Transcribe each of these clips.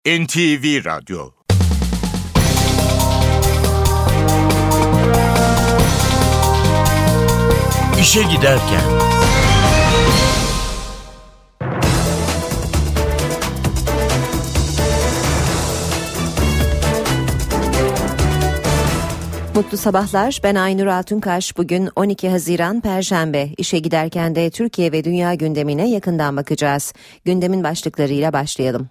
NTV Radyo. İşe giderken. Mutlu sabahlar. Ben Aynur Altunkaş. Bugün 12 Haziran Perşembe. İşe giderken de Türkiye ve dünya gündemine yakından bakacağız. Gündemin başlıklarıyla başlayalım.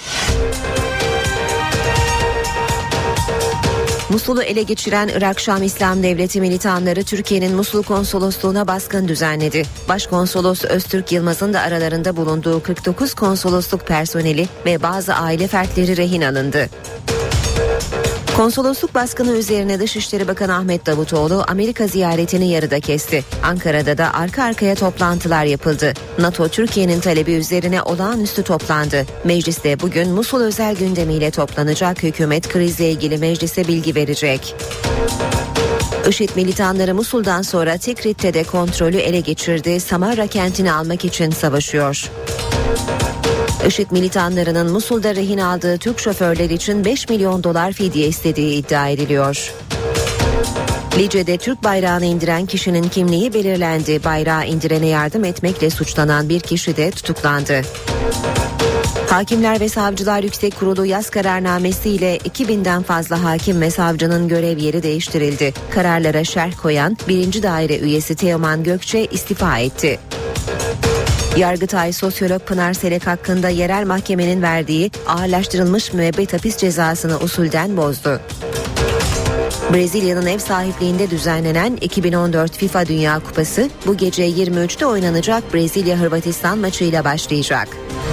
Musul'u ele geçiren Irak Şam İslam Devleti militanları Türkiye'nin Musul konsolosluğuna baskın düzenledi. Başkonsolos Öztürk Yılmaz'ın da aralarında bulunduğu 49 konsolosluk personeli ve bazı aile fertleri rehin alındı. Konsolosluk baskını üzerine Dışişleri Bakanı Ahmet Davutoğlu Amerika ziyaretini yarıda kesti. Ankara'da da arka arkaya toplantılar yapıldı. NATO Türkiye'nin talebi üzerine olağanüstü toplandı. Mecliste bugün Musul özel gündemiyle toplanacak, hükümet krizle ilgili meclise bilgi verecek. IŞİD militanları Musul'dan sonra Tikrit'te de kontrolü ele geçirdi. Samarra kentini almak için savaşıyor. IŞİD militanlarının Musul'da rehin aldığı Türk şoförler için 5 milyon dolar fidye istediği iddia ediliyor. Lice'de Türk bayrağını indiren kişinin kimliği belirlendi. Bayrağı indirene yardım etmekle suçlanan bir kişi de tutuklandı. Hakimler ve Savcılar Yüksek Kurulu yaz kararnamesiyle 2000'den fazla hakim ve savcının görev yeri değiştirildi. Kararlara şerh koyan 1. Daire üyesi Teoman Gökçe istifa etti. Yargıtay sosyolog Pınar Selek hakkında yerel mahkemenin verdiği ağırlaştırılmış müebbet hapis cezasını usulden bozdu. Brezilya'nın ev sahipliğinde düzenlenen 2014 FIFA Dünya Kupası bu gece 23'te oynanacak Brezilya-Hırvatistan maçıyla başlayacak.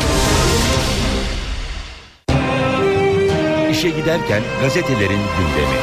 İşe giderken gazetelerin gündemi.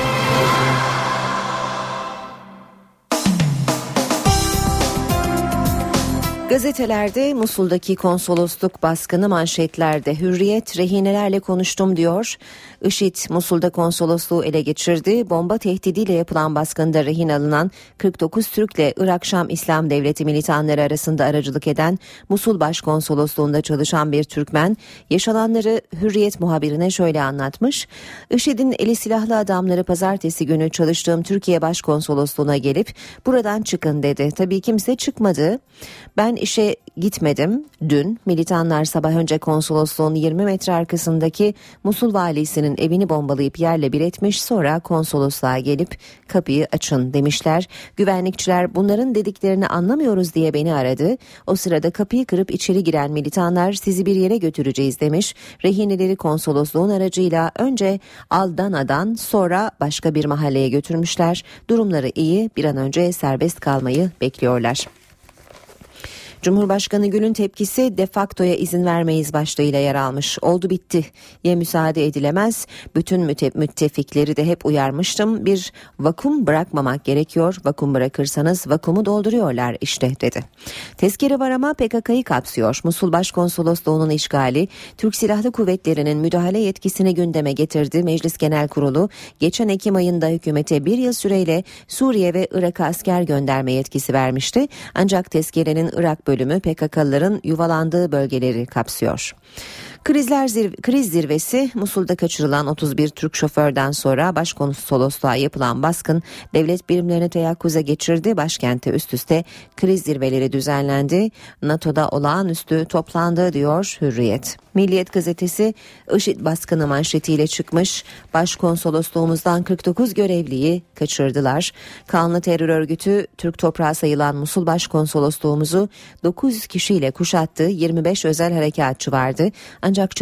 Gazetelerde Musul'daki konsolosluk baskını manşetlerde. Hürriyet rehinelerle konuştum diyor. IŞİD Musul'da konsolosluğu ele geçirdi. Bomba tehdidiyle yapılan baskında rehin alınan 49 Türk'le Irak Şam İslam Devleti militanları arasında aracılık eden Musul Başkonsolosluğunda çalışan bir Türkmen yaşananları Hürriyet muhabirine şöyle anlatmış. IŞİD'in eli silahlı adamları pazartesi günü çalıştığım Türkiye Başkonsolosluğuna gelip buradan çıkın dedi. Tabii kimse çıkmadı. Ben işe gitmedim. Dün militanlar sabah önce konsolosluğun 20 metre arkasındaki Musul valisinin evini bombalayıp yerle bir etmiş, sonra konsolosluğa gelip kapıyı açın demişler. Güvenlikçiler bunların dediklerini anlamıyoruz diye beni aradı. O sırada kapıyı kırıp içeri giren militanlar sizi bir yere götüreceğiz demiş. Rehineleri konsolosluğun aracıyla önce Aldana'dan sonra başka bir mahalleye götürmüşler. Durumları iyi, bir an önce serbest kalmayı bekliyorlar. Cumhurbaşkanı Gül'ün tepkisi de facto'ya izin vermeyiz başlığıyla yer almış. Oldu bitti. Müsaade edilemez. Bütün müttefikleri de hep uyarmıştım. Bir vakum bırakmamak gerekiyor. Vakum bırakırsanız vakumu dolduruyorlar işte dedi. Tezkere var ama PKK'yı kapsıyor. Musul Başkonsolosluğu'nun işgali Türk Silahlı Kuvvetleri'nin müdahale yetkisini gündeme getirdi. Meclis Genel Kurulu geçen Ekim ayında hükümete bir yıl süreyle Suriye ve Irak'a asker gönderme yetkisi vermişti. Ancak tezkerenin Irak bölümü PKK'lıların yuvalandığı bölgeleri kapsıyor. Kriz zirvesi Musul'da kaçırılan 31 Türk şoförden sonra başkonsolosluğa yapılan baskın devlet birimlerini teyakkuza geçirdi. Başkente üst üste kriz zirveleri düzenlendi. NATO'da olağanüstü toplandı diyor Hürriyet. Milliyet gazetesi IŞİD baskını manşetiyle çıkmış. Başkonsolosluğumuzdan 49 görevliyi kaçırdılar. Kanlı terör örgütü Türk toprağı sayılan Musul Başkonsolosluğumuzu 900 kişiyle kuşattı. 25 özel harekatçı vardı. Ancak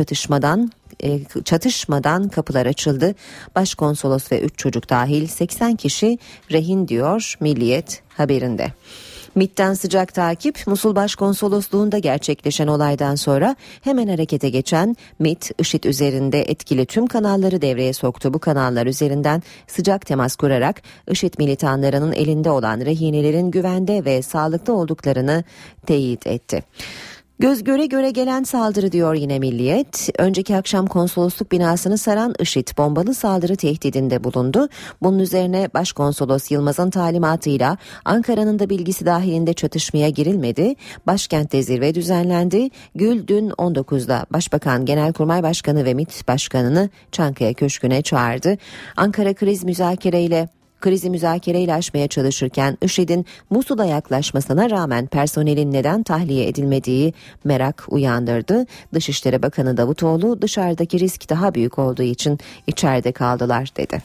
çatışmadan kapılar açıldı. Başkonsolos ve 3 çocuk dahil 80 kişi rehin diyor Milliyet haberinde. MİT'ten sıcak takip. Musul Başkonsolosluğu'nda gerçekleşen olaydan sonra hemen harekete geçen MİT, IŞİD üzerinde etkili tüm kanalları devreye soktu. Bu kanallar üzerinden sıcak temas kurarak IŞİD militanlarının elinde olan rehinelerin güvende ve sağlıklı olduklarını teyit etti. Göz göre göre gelen saldırı diyor yine Milliyet. Önceki akşam konsolosluk binasını saran IŞİD bombalı saldırı tehdidinde bulundu. Bunun üzerine Başkonsolos Yılmaz'ın talimatıyla Ankara'nın da bilgisi dahilinde çatışmaya girilmedi. Başkentte zirve düzenlendi. Gül dün 19'da Başbakan, Genelkurmay Başkanı ve MİT Başkanı'nı Çankaya Köşkü'ne çağırdı. Ankara krizi müzakereyle aşmaya çalışırken IŞİD'in Musul'a yaklaşmasına rağmen personelin neden tahliye edilmediği merak uyandırdı. Dışişleri Bakanı Davutoğlu dışarıdaki risk daha büyük olduğu için içeride kaldılar dedi.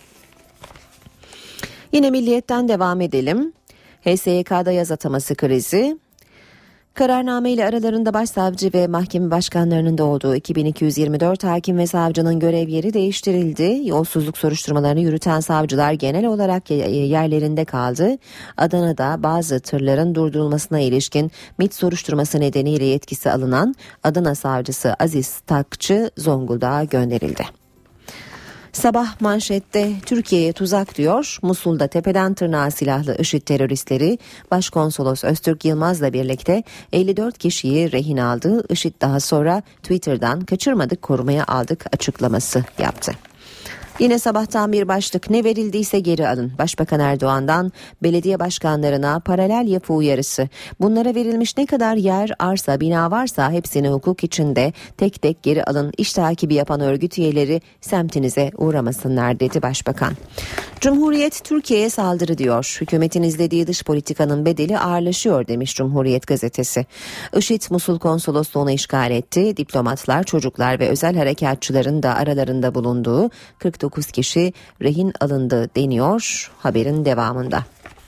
Yine Milliyet'ten devam edelim. HSYK'da yaz ataması krizi. Kararname ile aralarında başsavcı ve mahkeme başkanlarının da olduğu 2224 hakim ve savcının görev yeri değiştirildi. Yolsuzluk soruşturmalarını yürüten savcılar genel olarak yerlerinde kaldı. Adana'da bazı tırların durdurulmasına ilişkin MİT soruşturması nedeniyle yetkisi alınan Adana savcısı Aziz Takçı Zonguldak'a gönderildi. Sabah manşette Türkiye'ye tuzak diyor. Musul'da tepeden tırnağa silahlı IŞİD teröristleri Başkonsolos Öztürk Yılmaz'la birlikte 54 kişiyi rehin aldı. IŞİD daha sonra Twitter'dan kaçırmadık, korumaya aldık açıklaması yaptı. Yine sabahtan bir başlık, ne verildiyse geri alın. Başbakan Erdoğan'dan belediye başkanlarına paralel yapı uyarısı. Bunlara verilmiş ne kadar yer, arsa, bina varsa hepsini hukuk içinde tek tek geri alın. İş takibi yapan örgüt üyeleri semtinize uğramasınlar dedi Başbakan. Cumhuriyet Türkiye'ye saldırı diyor. Hükümetin izlediği dış politikanın bedeli ağırlaşıyor demiş Cumhuriyet gazetesi. IŞİD Musul konsolosluğunu işgal etti. Diplomatlar, çocuklar ve özel harekatçıların da aralarında bulunduğu 49 kişi rehin alındı deniyor haberin devamında.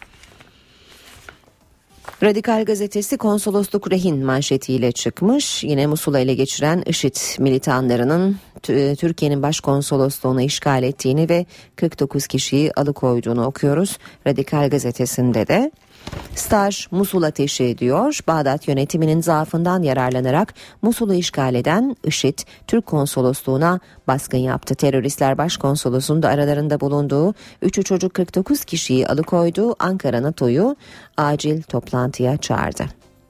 Radikal gazetesi konsolosluk rehin manşetiyle çıkmış. Yine Musul'u ele geçiren IŞİD militanlarının Türkiye'nin başkonsolosluğunu işgal ettiğini ve 49 kişiyi alıkoyduğunu okuyoruz. Radikal gazetesinde de Staj Musul ateşi ediyor. Bağdat yönetiminin zaafından yararlanarak Musul'u işgal eden IŞİD Türk konsolosluğuna baskın yaptı. Teröristler başkonsolosun da aralarında bulunduğu 3'ü çocuk 49 kişiyi alıkoydu. Ankara NATO'yu acil toplantıya çağırdı.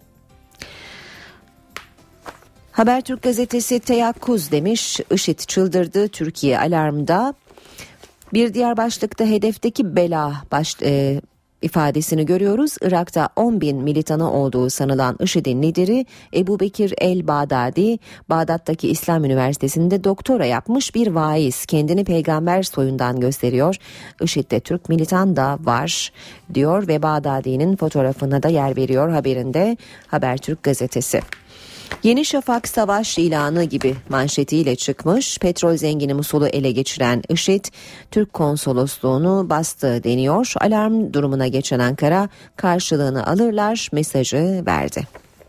Habertürk gazetesi teyakkuz demiş. IŞİD çıldırdı, Türkiye alarmda. Bir diğer başlıkta hedefteki bela ifadesini görüyoruz. Irak'ta 10.000 militanı olduğu sanılan IŞİD'in lideri Ebu Bekir el-Bağdadi, Bağdat'taki İslam Üniversitesi'nde doktora yapmış bir vaiz. Kendini peygamber soyundan gösteriyor. IŞİD'de Türk militan da var diyor ve Bağdadi'nin fotoğrafına da yer veriyor haberinde Habertürk gazetesi. Yeni Şafak savaş ilanı gibi manşetiyle çıkmış. Petrol zengini Musul'u ele geçiren IŞİD Türk konsolosluğunu bastı deniyor. Alarm durumuna geçen Ankara karşılığını alırlar mesajı verdi.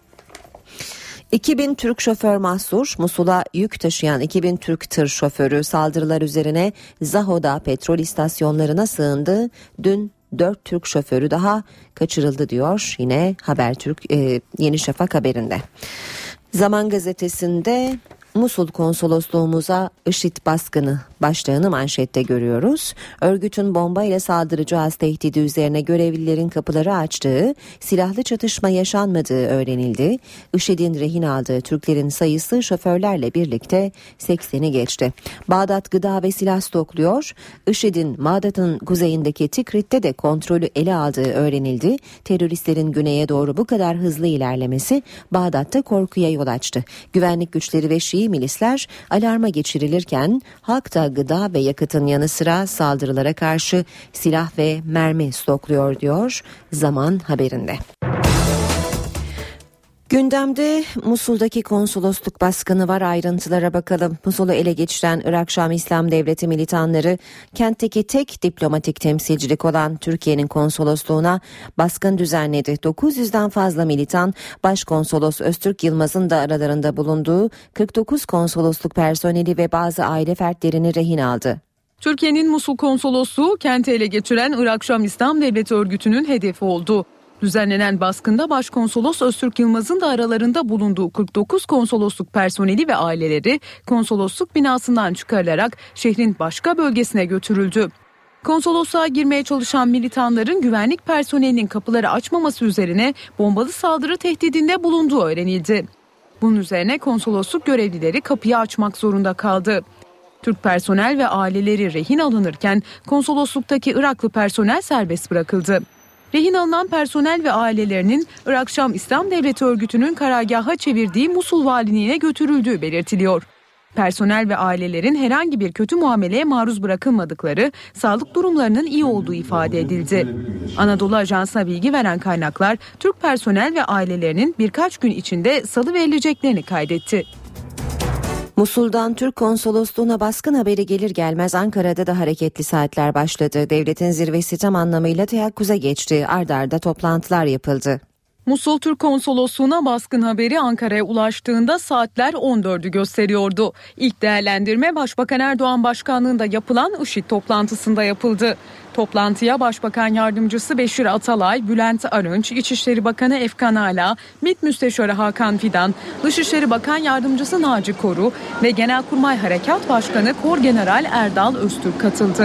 2000 Türk şoför mahsur. Musul'a yük taşıyan 2000 Türk tır şoförü saldırılar üzerine Zaho'da petrol istasyonlarına sığındı. Dün 4 Türk şoförü daha kaçırıldı diyor yine Habertürk Yeni Şafak haberinde. Zaman gazetesinde Musul konsolosluğumuza IŞİD baskını başlığını manşette görüyoruz. Örgütün bomba ile saldıracağız tehdidi üzerine görevlilerin kapıları açtığı, silahlı çatışma yaşanmadığı öğrenildi. IŞİD'in rehin aldığı Türklerin sayısı şoförlerle birlikte 80'i geçti. Bağdat gıda ve silah stokluyor. IŞİD'in Bağdat'ın kuzeyindeki Tikrit'te de kontrolü ele aldığı öğrenildi. Teröristlerin güneye doğru bu kadar hızlı ilerlemesi Bağdat'ta korkuya yol açtı. Güvenlik güçleri ve Şii milisler alarma geçirilirken halk da gıda ve yakıtın yanı sıra saldırılara karşı silah ve mermi stokluyor diyor Zaman haberinde. Gündemde Musul'daki konsolosluk baskını var, ayrıntılara bakalım. Musul'u ele geçiren Irak Şam İslam Devleti militanları kentteki tek diplomatik temsilcilik olan Türkiye'nin konsolosluğuna baskın düzenledi. 900'den fazla militan Başkonsolos Öztürk Yılmaz'ın da aralarında bulunduğu 49 konsolosluk personeli ve bazı aile fertlerini rehin aldı. Türkiye'nin Musul konsolosluğu kenti ele geçiren Irak Şam İslam Devleti örgütünün hedefi oldu. Düzenlenen baskında Başkonsolos Öztürk Yılmaz'ın da aralarında bulunduğu 49 konsolosluk personeli ve aileleri konsolosluk binasından çıkarılarak şehrin başka bölgesine götürüldü. Konsolosluğa girmeye çalışan militanların güvenlik personelinin kapıları açmaması üzerine bombalı saldırı tehdidinde bulunduğu öğrenildi. Bunun üzerine konsolosluk görevlileri kapıyı açmak zorunda kaldı. Türk personel ve aileleri rehin alınırken konsolosluktaki Iraklı personel serbest bırakıldı. Rehin alınan personel ve ailelerinin Irak Şam İslam Devleti örgütünün karargaha çevirdiği Musul valiliğine götürüldüğü belirtiliyor. Personel ve ailelerin herhangi bir kötü muameleye maruz bırakılmadıkları, sağlık durumlarının iyi olduğu ifade edildi. Anadolu Ajansı'na bilgi veren kaynaklar, Türk personel ve ailelerinin birkaç gün içinde salıverileceklerini kaydetti. Musul'dan Türk konsolosluğuna baskın haberi gelir gelmez Ankara'da da hareketli saatler başladı. Devletin zirvesi tam anlamıyla teyakkuza geçti. Ard arda toplantılar yapıldı. Musul Türk Konsolosluğu'na baskın haberi Ankara'ya ulaştığında saatler 14'ü gösteriyordu. İlk değerlendirme Başbakan Erdoğan başkanlığında yapılan IŞİD toplantısında yapıldı. Toplantıya Başbakan Yardımcısı Beşir Atalay, Bülent Arınç, İçişleri Bakanı Efkan Ala, MİT Müsteşarı Hakan Fidan, Dışişleri Bakan Yardımcısı Naci Koru ve Genelkurmay Harekat Başkanı Korgeneral Erdal Öztürk katıldı.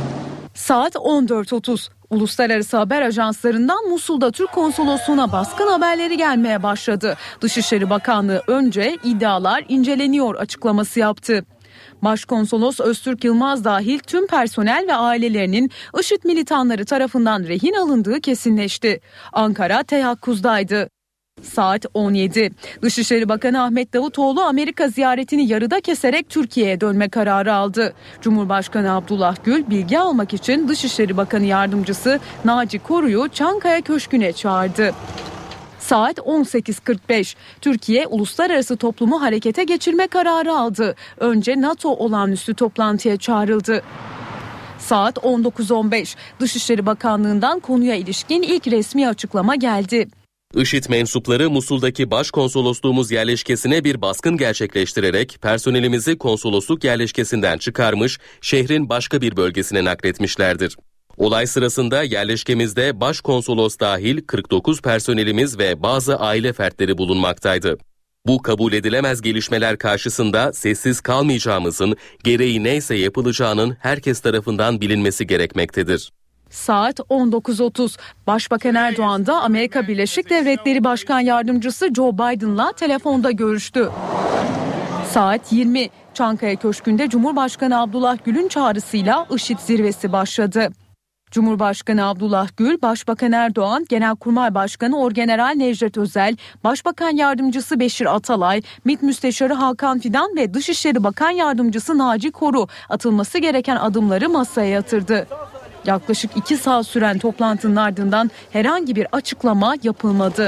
Saat 14.30. Uluslararası haber ajanslarından Musul'da Türk konsolosluğuna baskın haberleri gelmeye başladı. Dışişleri Bakanlığı önce iddialar inceleniyor açıklaması yaptı. Başkonsolos Öztürk Yılmaz dahil tüm personel ve ailelerinin IŞİD militanları tarafından rehin alındığı kesinleşti. Ankara teyakkuzdaydı. Saat 17. Dışişleri Bakanı Ahmet Davutoğlu Amerika ziyaretini yarıda keserek Türkiye'ye dönme kararı aldı. Cumhurbaşkanı Abdullah Gül bilgi almak için Dışişleri Bakanı Yardımcısı Naci Koru'yu Çankaya Köşkü'ne çağırdı. Saat 18.45. Türkiye uluslararası toplumu harekete geçirme kararı aldı. Önce NATO olağanüstü toplantıya çağrıldı. Saat 19.15. Dışişleri Bakanlığı'ndan konuya ilişkin ilk resmi açıklama geldi. IŞİD mensupları Musul'daki başkonsolosluğumuz yerleşkesine bir baskın gerçekleştirerek personelimizi konsolosluk yerleşkesinden çıkarmış, şehrin başka bir bölgesine nakletmişlerdir. Olay sırasında yerleşkemizde başkonsolos dahil 49 personelimiz ve bazı aile fertleri bulunmaktaydı. Bu kabul edilemez gelişmeler karşısında sessiz kalmayacağımızın, gereği neyse yapılacağının herkes tarafından bilinmesi gerekmektedir. Saat 19.30. Başbakan Erdoğan da Amerika Birleşik Devletleri Başkan Yardımcısı Joe Biden'la telefonda görüştü. Saat 20. Çankaya Köşkü'nde Cumhurbaşkanı Abdullah Gül'ün çağrısıyla IŞİD zirvesi başladı. Cumhurbaşkanı Abdullah Gül, Başbakan Erdoğan, Genelkurmay Başkanı Orgeneral Necdet Özel, Başbakan Yardımcısı Beşir Atalay, MİT Müsteşarı Hakan Fidan ve Dışişleri Bakan Yardımcısı Naci Koru atılması gereken adımları masaya yatırdı. Yaklaşık 2 saat süren toplantının ardından herhangi bir açıklama yapılmadı.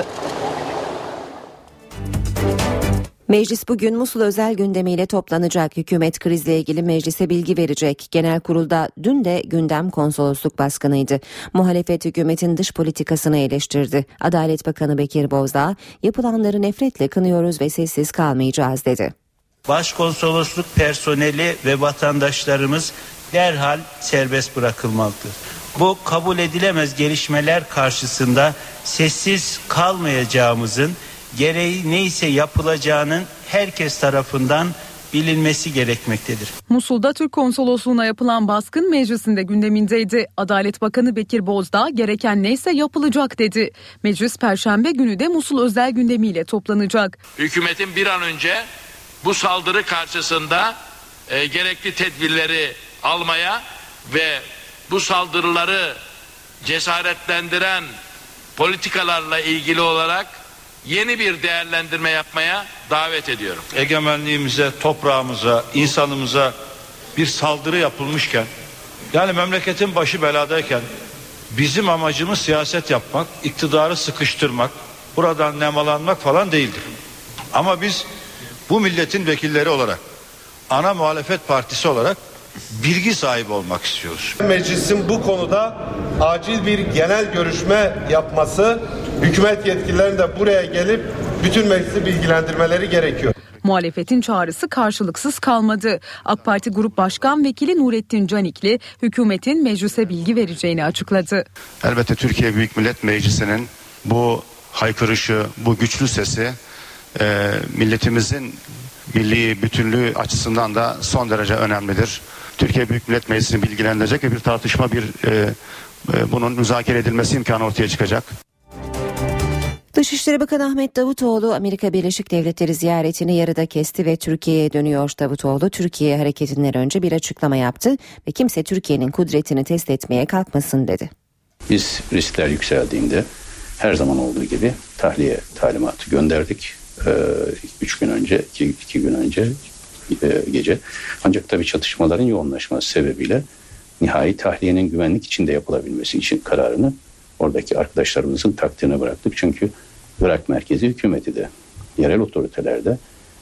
Meclis bugün Musul özel gündemiyle toplanacak. Hükümet krizle ilgili meclise bilgi verecek. Genel kurulda dün de gündem konsolosluk baskınıydı. Muhalefet hükümetin dış politikasını eleştirdi. Adalet Bakanı Bekir Bozdağ, yapılanları nefretle kınıyoruz ve sessiz kalmayacağız dedi. Başkonsolosluk personeli ve vatandaşlarımız derhal serbest bırakılmalıdır. Bu kabul edilemez gelişmeler karşısında sessiz kalmayacağımızın, gereği neyse yapılacağının herkes tarafından bilinmesi gerekmektedir. Musul'da Türk konsolosluğuna yapılan baskın meclisinde gündemindeydi. Adalet Bakanı Bekir Bozdağ gereken neyse yapılacak dedi. Meclis Perşembe günü de Musul özel gündemiyle toplanacak. Hükümetin bir an önce bu saldırı karşısında gerekli tedbirleri almaya ve bu saldırıları cesaretlendiren politikalarla ilgili olarak yeni bir değerlendirme yapmaya davet ediyorum. Egemenliğimize, toprağımıza, insanımıza bir saldırı yapılmışken, yani memleketin başı beladayken bizim amacımız siyaset yapmak, iktidarı sıkıştırmak, buradan nemalanmak falan değildir. Ama biz bu milletin vekilleri olarak, ana muhalefet partisi olarak bilgi sahibi olmak istiyoruz. Meclisin bu konuda acil bir genel görüşme yapması, hükümet yetkililerinin de buraya gelip bütün meclisi bilgilendirmeleri gerekiyor. Muhalefetin çağrısı karşılıksız kalmadı. AK Parti Grup Başkan Vekili Nurettin Canikli hükümetin meclise bilgi vereceğini açıkladı. Elbette Türkiye Büyük Millet Meclisi'nin bu haykırışı, bu güçlü sesi milletimizin milli bütünlüğü açısından da son derece önemlidir. Türkiye Büyük Millet Meclisi'ni bilgilendirecek ve bir tartışma, bunun müzakere edilmesi imkanı ortaya çıkacak. Dışişleri Bakanı Ahmet Davutoğlu Amerika Birleşik Devletleri ziyaretini yarıda kesti ve Türkiye'ye dönüyor. Davutoğlu Türkiye hareketinden önce bir açıklama yaptı ve kimse Türkiye'nin kudretini test etmeye kalkmasın dedi. Biz riskler yükseldiğinde her zaman olduğu gibi tahliye talimatı gönderdik. 3 gün önce, 2 gün önce gece. Ancak tabii çatışmaların yoğunlaşması sebebiyle nihai tahliyenin güvenlik içinde yapılabilmesi için kararını oradaki arkadaşlarımızın takdirine bıraktık. Çünkü Irak merkezi hükümeti de, yerel otoritelerde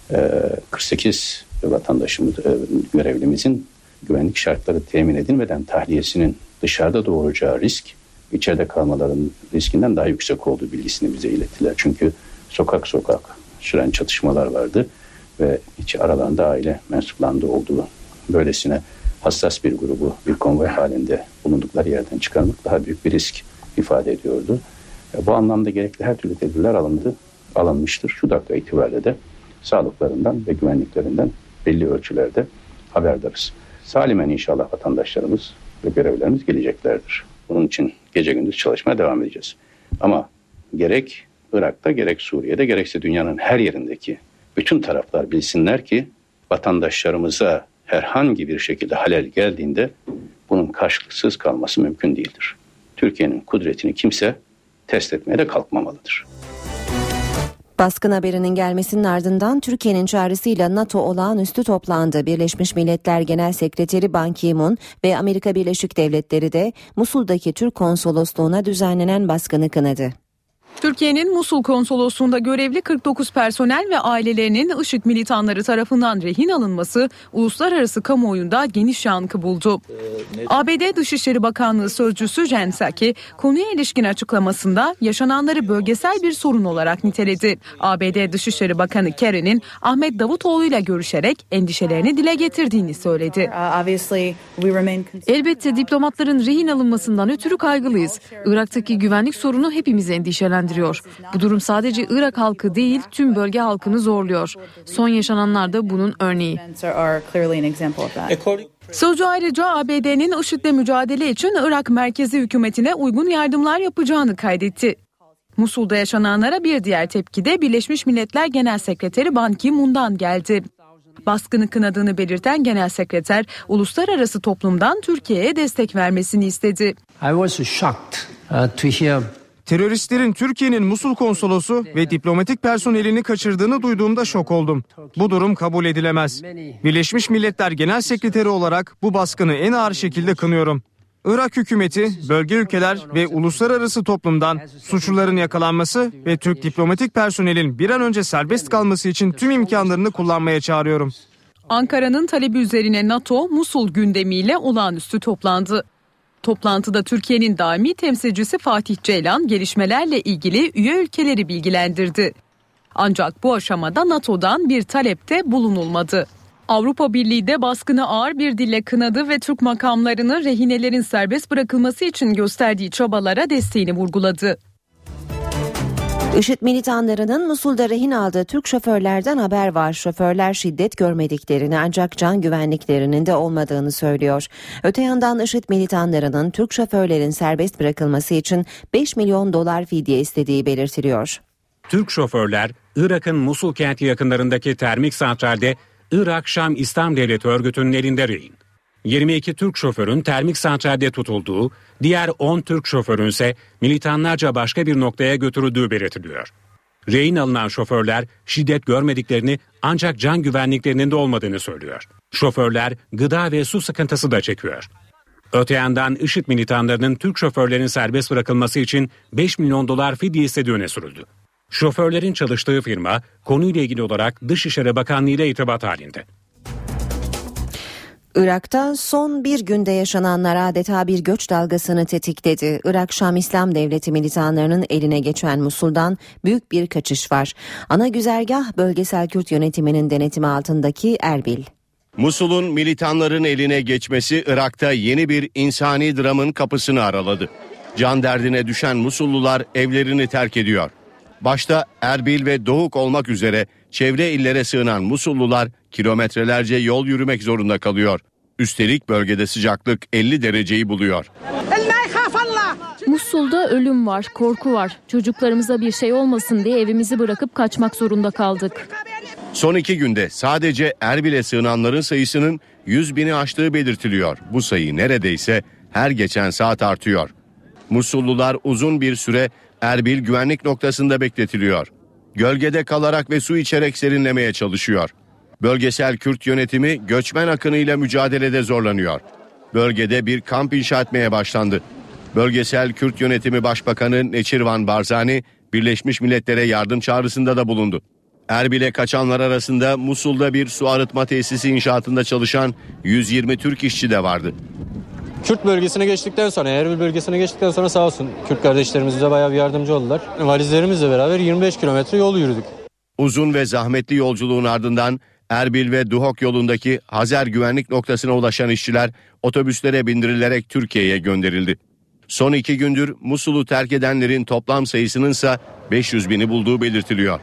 48 vatandaşımız, görevlimizin güvenlik şartları temin edilmeden tahliyesinin dışarıda doğuracağı risk, içeride kalmaların riskinden daha yüksek olduğu bilgisini bize ilettiler. Çünkü sokak süren çatışmalar vardı ve hiç aralarında aile mensuplarında olduğu böylesine hassas bir grubu bir konvoy halinde bulundukları yerden çıkarmak daha büyük bir risk ifade ediyordu. Bu anlamda gerekli her türlü tedbirler alınmıştır. Şu dakika itibariyle de sağlıklarından ve güvenliklerinden belli ölçülerde haberdarız. Salimen inşallah vatandaşlarımız ve görevlerimiz geleceklerdir. Bunun için gece gündüz çalışmaya devam edeceğiz. Ama gerek Irak'ta gerek Suriye'de gerekse dünyanın her yerindeki bütün taraflar bilsinler ki vatandaşlarımıza herhangi bir şekilde halel geldiğinde bunun karşılıksız kalması mümkün değildir. Türkiye'nin kudretini kimse test etmeye de kalkmamalıdır. Baskın haberinin gelmesinin ardından Türkiye'nin çağrısıyla NATO olağanüstü toplandı. Birleşmiş Milletler Genel Sekreteri Ban Ki-moon ve Amerika Birleşik Devletleri de Musul'daki Türk konsolosluğuna düzenlenen baskını kınadı. Türkiye'nin Musul konsolosluğunda görevli 49 personel ve ailelerinin IŞİD militanları tarafından rehin alınması uluslararası kamuoyunda geniş yankı buldu. ABD Dışişleri Bakanlığı Sözcüsü Jen Psaki konuya ilişkin açıklamasında yaşananları bölgesel bir sorun olarak niteledi. ABD Dışişleri Bakanı Kerry'nin Ahmet Davutoğlu ile görüşerek endişelerini dile getirdiğini söyledi. Elbette diplomatların rehin alınmasından ötürü kaygılıyız. Irak'taki güvenlik sorunu hepimizi endişelendiriyor. Bu durum sadece Irak halkı değil, tüm bölge halkını zorluyor. Son yaşananlar da bunun örneği. Sözcü ayrıca ABD'nin IŞİD'le mücadele için Irak merkezi hükümetine uygun yardımlar yapacağını kaydetti. Musul'da yaşananlara bir diğer tepki de Birleşmiş Milletler Genel Sekreteri Ban Ki-moon'dan geldi. Baskını kınadığını belirten Genel Sekreter, uluslararası toplumdan Türkiye'ye destek vermesini istedi. Teröristlerin Türkiye'nin Musul konsolosu ve diplomatik personelini kaçırdığını duyduğumda şok oldum. Bu durum kabul edilemez. Birleşmiş Milletler Genel Sekreteri olarak bu baskını en ağır şekilde kınıyorum. Irak hükümeti, bölge ülkeler ve uluslararası toplumdan suçluların yakalanması ve Türk diplomatik personelin bir an önce serbest kalması için tüm imkanlarını kullanmaya çağırıyorum. Ankara'nın talebi üzerine NATO, Musul gündemiyle olağanüstü toplandı. Toplantıda Türkiye'nin daimi temsilcisi Fatih Ceylan gelişmelerle ilgili üye ülkeleri bilgilendirdi. Ancak bu aşamada NATO'dan bir talepte bulunulmadı. Avrupa Birliği de baskını ağır bir dille kınadı ve Türk makamlarının rehinelerin serbest bırakılması için gösterdiği çabalara desteğini vurguladı. IŞİD militanlarının Musul'da rehin aldığı Türk şoförlerden haber var. Şoförler şiddet görmediklerini ancak can güvenliklerinin de olmadığını söylüyor. Öte yandan IŞİD militanlarının Türk şoförlerin serbest bırakılması için 5 milyon dolar fidye istediği belirtiliyor. Türk şoförler Irak'ın Musul kenti yakınlarındaki termik santralde Irak-Şam İslam Devleti örgütünün elinde rehin. 22 Türk şoförün termik santralde tutulduğu, diğer 10 Türk şoförün ise militanlarca başka bir noktaya götürüldüğü belirtiliyor. Rehin alınan şoförler şiddet görmediklerini ancak can güvenliklerinin de olmadığını söylüyor. Şoförler gıda ve su sıkıntısı da çekiyor. Öte yandan IŞİD militanlarının Türk şoförlerin serbest bırakılması için 5 milyon dolar fidye istediği öne sürüldü. Şoförlerin çalıştığı firma konuyla ilgili olarak Dışişleri Bakanlığı ile irtibat halinde. Irak'ta son bir günde yaşananlar adeta bir göç dalgasını tetikledi. Irak-Şam İslam Devleti militanlarının eline geçen Musul'dan büyük bir kaçış var. Ana güzergah bölgesel Kürt yönetiminin denetimi altındaki Erbil. Musul'un militanların eline geçmesi Irak'ta yeni bir insani dramın kapısını araladı. Can derdine düşen Musullular evlerini terk ediyor. Başta Erbil ve Doğuk olmak üzere çevre illere sığınan Musullular kilometrelerce yol yürümek zorunda kalıyor. Üstelik bölgede sıcaklık 50 dereceyi buluyor. Musul'da ölüm var, korku var. Çocuklarımıza bir şey olmasın diye evimizi bırakıp kaçmak zorunda kaldık. Son 2 günde sadece Erbil'e sığınanların sayısının 100.000'i aştığı belirtiliyor. Bu sayı neredeyse her geçen saat artıyor. Musullular uzun bir süre Erbil güvenlik noktasında bekletiliyor. Gölgede kalarak ve su içerek serinlemeye çalışıyor. Bölgesel Kürt yönetimi göçmen akınıyla mücadelede zorlanıyor. Bölgede bir kamp inşa etmeye başlandı. Bölgesel Kürt yönetimi Başbakanı Neçirvan Barzani, Birleşmiş Milletler'e yardım çağrısında da bulundu. Erbil'e kaçanlar arasında Musul'da bir su arıtma tesisi inşaatında çalışan 120 Türk işçi de vardı. Kürt bölgesine geçtikten sonra, Erbil bölgesine geçtikten sonra sağ olsun Kürt kardeşlerimiz bize bayağı bir yardımcı oldular. Valizlerimizle beraber 25 kilometre yol yürüdük. Uzun ve zahmetli yolculuğun ardından Erbil ve Duhok yolundaki Hazer güvenlik noktasına ulaşan işçiler otobüslere bindirilerek Türkiye'ye gönderildi. Son 2 gündür Musul'u terk edenlerin toplam sayısının ise 500.000'i bulduğu belirtiliyor.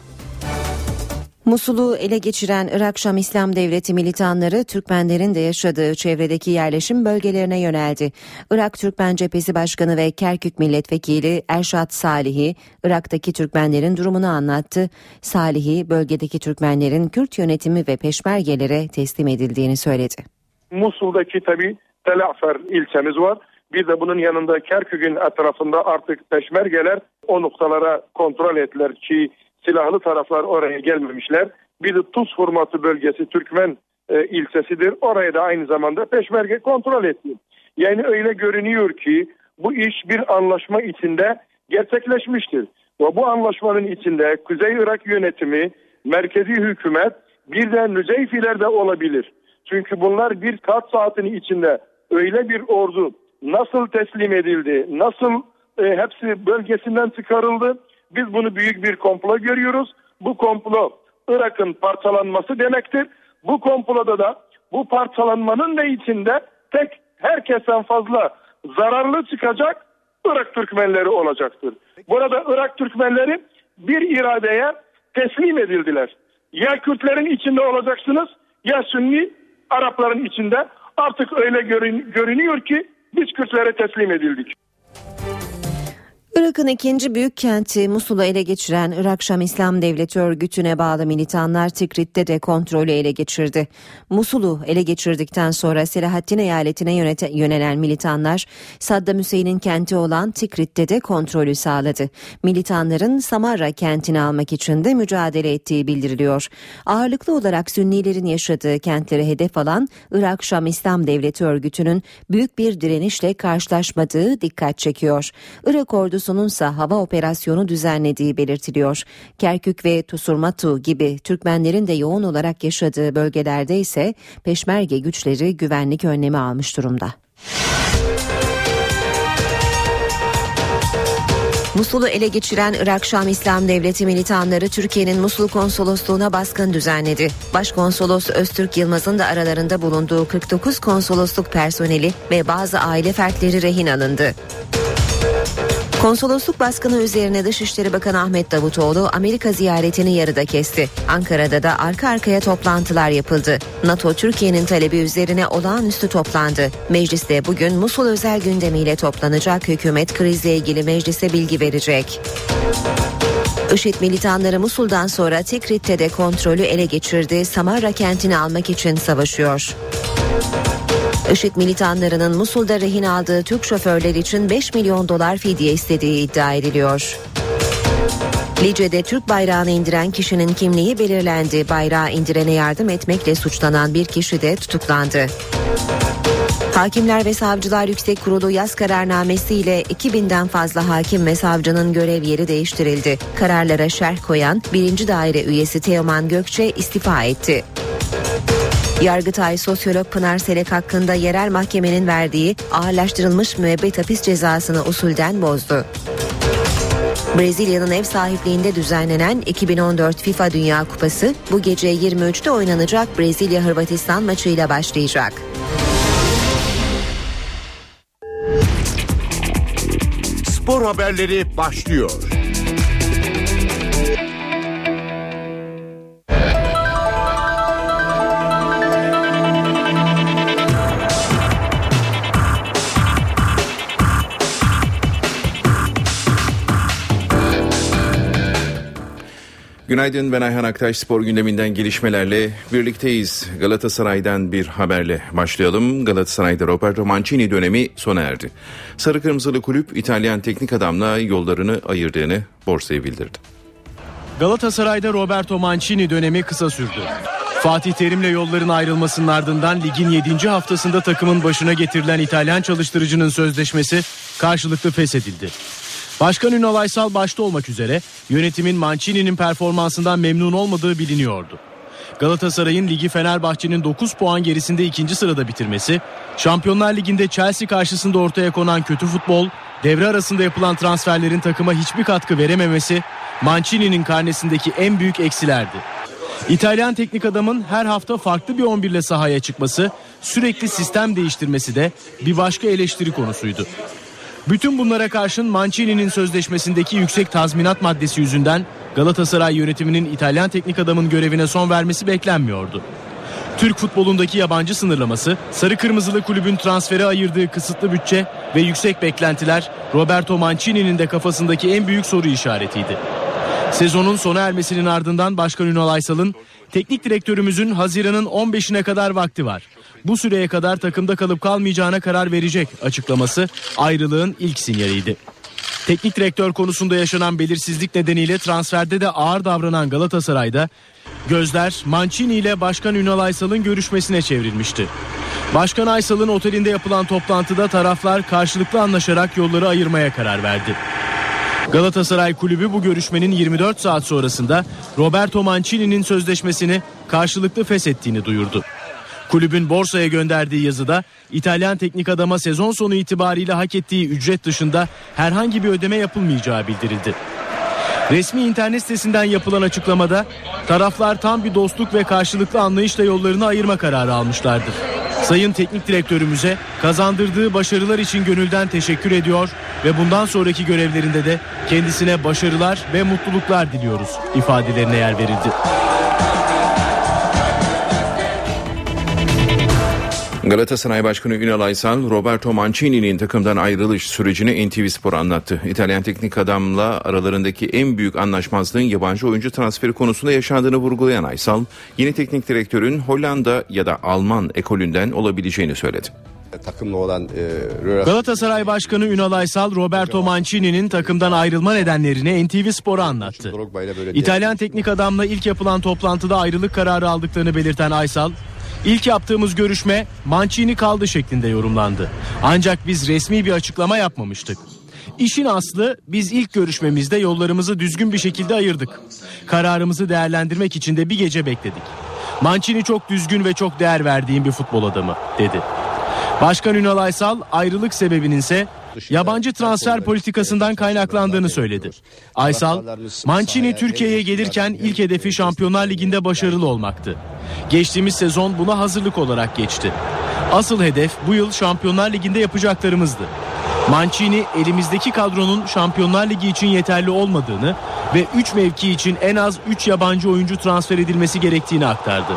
Musul'u ele geçiren Irak Şam İslam Devleti militanları Türkmenlerin de yaşadığı çevredeki yerleşim bölgelerine yöneldi. Irak Türkmen Cephesi Başkanı ve Kerkük Milletvekili Erşat Salihi, Irak'taki Türkmenlerin durumunu anlattı. Salihi, bölgedeki Türkmenlerin Kürt yönetimi ve peşmergelere teslim edildiğini söyledi. Musul'daki tabii Tel Afer ilçemiz var. Bir de bunun yanında Kerkük'ün etrafında artık peşmergeler o noktalara kontrol ettiler ki silahlı taraflar oraya gelmemişler. Bir de Tuz Hurmatı bölgesi Türkmen ilçesidir. Oraya da aynı zamanda peşmerge kontrol etti. Yani öyle görünüyor ki bu iş bir anlaşma içinde gerçekleşmiştir. Ve bu anlaşmanın içinde Kuzey Irak yönetimi, merkezi hükümet, bir de Nüzeyfiler de olabilir. Çünkü bunlar birkaç saatin içinde öyle bir ordu nasıl teslim edildi, nasıl hepsi bölgesinden çıkarıldı. Biz bunu büyük bir komplo görüyoruz. Bu komplo Irak'ın parçalanması demektir. Bu komploda da bu parçalanmanın da içinde herkesten fazla zararlı çıkacak Irak Türkmenleri olacaktır. Burada Irak Türkmenleri bir iradeye teslim edildiler. Ya Kürtlerin içinde olacaksınız ya Sünni Arapların içinde. Artık öyle görünüyor ki biz Kürtlere teslim edildik. Irak'ın ikinci büyük kenti Musul'u ele geçiren Irak Şam İslam Devleti örgütüne bağlı militanlar Tikrit'te de kontrolü ele geçirdi. Musul'u ele geçirdikten sonra Selahaddin eyaletine yönelen militanlar Saddam Hüseyin'in kenti olan Tikrit'te de kontrolü sağladı. Militanların Samarra kentini almak için de mücadele ettiği bildiriliyor. Ağırlıklı olarak Sünnilerin yaşadığı kentleri hedef alan Irak Şam İslam Devleti örgütünün büyük bir direnişle karşılaşmadığı dikkat çekiyor. Irak ordusunun ise hava operasyonu düzenlediği belirtiliyor. Kerkük ve Tusurmatu gibi Türkmenlerin de yoğun olarak yaşadığı bölgelerde ise peşmerge güçleri güvenlik önlemi almış durumda. Musul'u ele geçiren Irak Şam İslam Devleti militanları Türkiye'nin Musul konsolosluğuna baskın düzenledi. Başkonsolos Öztürk Yılmaz'ın da aralarında bulunduğu 49 konsolosluk personeli ve bazı aile fertleri rehin alındı. Konsolosluk baskını üzerine Dışişleri Bakanı Ahmet Davutoğlu Amerika ziyaretini yarıda kesti. Ankara'da da arka arkaya toplantılar yapıldı. NATO Türkiye'nin talebi üzerine olağanüstü toplandı. Mecliste bugün Musul özel gündemiyle toplanacak, hükümet krizle ilgili meclise bilgi verecek. IŞİD militanları Musul'dan sonra Tikrit'te de kontrolü ele geçirdi. Samarra kentini almak için savaşıyor. IŞİD militanlarının Musul'da rehin aldığı Türk şoförler için 5 milyon dolar fidye istediği iddia ediliyor. Lice'de Türk bayrağını indiren kişinin kimliği belirlendi. Bayrağı indirene yardım etmekle suçlanan bir kişi de tutuklandı. Hakimler ve Savcılar Yüksek Kurulu yaz kararnamesiyle 2000'den fazla hakim ve savcının görev yeri değiştirildi. Kararlara şerh koyan 1. Daire üyesi Teoman Gökçe istifa etti. Yargıtay sosyolog Pınar Selek hakkında yerel mahkemenin verdiği ağırlaştırılmış müebbet hapis cezasını usulden bozdu. Brezilya'nın ev sahipliğinde düzenlenen 2014 FIFA Dünya Kupası bu gece 23'te oynanacak Brezilya-Hırvatistan maçıyla başlayacak. Spor haberleri başlıyor. Günaydın, ben Ayhan Aktaş. Spor gündeminden gelişmelerle birlikteyiz. Galatasaray'dan bir haberle başlayalım. Galatasaray'da Roberto Mancini dönemi sona erdi. Sarı Kırmızılı kulüp İtalyan teknik adamla yollarını ayırdığını borsaya bildirdi. Galatasaray'da Roberto Mancini dönemi kısa sürdü. Fatih Terim'le yolların ayrılmasının ardından ligin 7. haftasında takımın başına getirilen İtalyan çalıştırıcının sözleşmesi karşılıklı feshedildi. Başkan Ünal Aysal başta olmak üzere yönetimin Mancini'nin performansından memnun olmadığı biliniyordu. Galatasaray'ın ligi Fenerbahçe'nin 9 puan gerisinde 2. sırada bitirmesi, Şampiyonlar Ligi'nde Chelsea karşısında ortaya konan kötü futbol, devre arasında yapılan transferlerin takıma hiçbir katkı verememesi Mancini'nin karnesindeki en büyük eksilerdi. İtalyan teknik adamın her hafta farklı bir 11 ile sahaya çıkması, sürekli sistem değiştirmesi de bir başka eleştiri konusuydu. Bütün bunlara karşın Mancini'nin sözleşmesindeki yüksek tazminat maddesi yüzünden Galatasaray yönetiminin İtalyan teknik adamın görevine son vermesi beklenmiyordu. Türk futbolundaki yabancı sınırlaması, Sarı Kırmızılı kulübün transfere ayırdığı kısıtlı bütçe ve yüksek beklentiler Roberto Mancini'nin de kafasındaki en büyük soru işaretiydi. Sezonun sona ermesinin ardından Başkan Ünal Aysal'ın teknik direktörümüzün Haziran'ın 15'ine kadar vakti var. Bu süreye kadar takımda kalıp kalmayacağına karar verecek açıklaması ayrılığın ilk sinyaliydi. Teknik direktör konusunda yaşanan belirsizlik nedeniyle transferde de ağır davranan Galatasaray'da gözler Mancini ile Başkan Ünal Aysal'ın görüşmesine çevrilmişti. Başkan Aysal'ın otelinde yapılan toplantıda taraflar karşılıklı anlaşarak yolları ayırmaya karar verdi. Galatasaray Kulübü bu görüşmenin 24 saat sonrasında Roberto Mancini'nin sözleşmesini karşılıklı feshettiğini duyurdu. Kulübün borsaya gönderdiği yazıda İtalyan teknik adama sezon sonu itibariyle hak ettiği ücret dışında herhangi bir ödeme yapılmayacağı bildirildi. Resmi internet sitesinden yapılan açıklamada taraflar tam bir dostluk ve karşılıklı anlayışla yollarını ayırma kararı almışlardır. Sayın teknik direktörümüze kazandırdığı başarılar için gönülden teşekkür ediyor ve bundan sonraki görevlerinde de kendisine başarılar ve mutluluklar diliyoruz ifadelerine yer verildi. Galatasaray Başkanı Ünal Aysal, Roberto Mancini'nin takımdan ayrılış sürecini NTV Spor'a anlattı. İtalyan teknik adamla aralarındaki en büyük anlaşmazlığın yabancı oyuncu transferi konusunda yaşandığını vurgulayan Aysal, yeni teknik direktörün Hollanda ya da Alman ekolünden olabileceğini söyledi. Takımla olan Galatasaray Başkanı Ünal Aysal, Roberto Mancini'nin takımdan ayrılma nedenlerini NTV Spor'a anlattı. İtalyan teknik adamla ilk yapılan toplantıda ayrılık kararı aldıklarını belirten Aysal, İlk yaptığımız görüşme Mancini kaldı şeklinde yorumlandı. Ancak biz resmi bir açıklama yapmamıştık. İşin aslı biz ilk görüşmemizde yollarımızı düzgün bir şekilde ayırdık. Kararımızı değerlendirmek için de bir gece bekledik. Mancini çok düzgün ve çok değer verdiğim bir futbol adamı dedi. Başkan Ünal Aysal ayrılık sebebinin ise yabancı transfer politikasından kaynaklandığını söyledi. Aysal, Mancini Türkiye'ye gelirken ilk hedefi Şampiyonlar Ligi'nde başarılı olmaktı. Geçtiğimiz sezon buna hazırlık olarak geçti. Asıl hedef bu yıl Şampiyonlar Ligi'nde yapacaklarımızdı. Mancini elimizdeki kadronun Şampiyonlar Ligi için yeterli olmadığını ve 3 mevki için en az 3 yabancı oyuncu transfer edilmesi gerektiğini aktardı.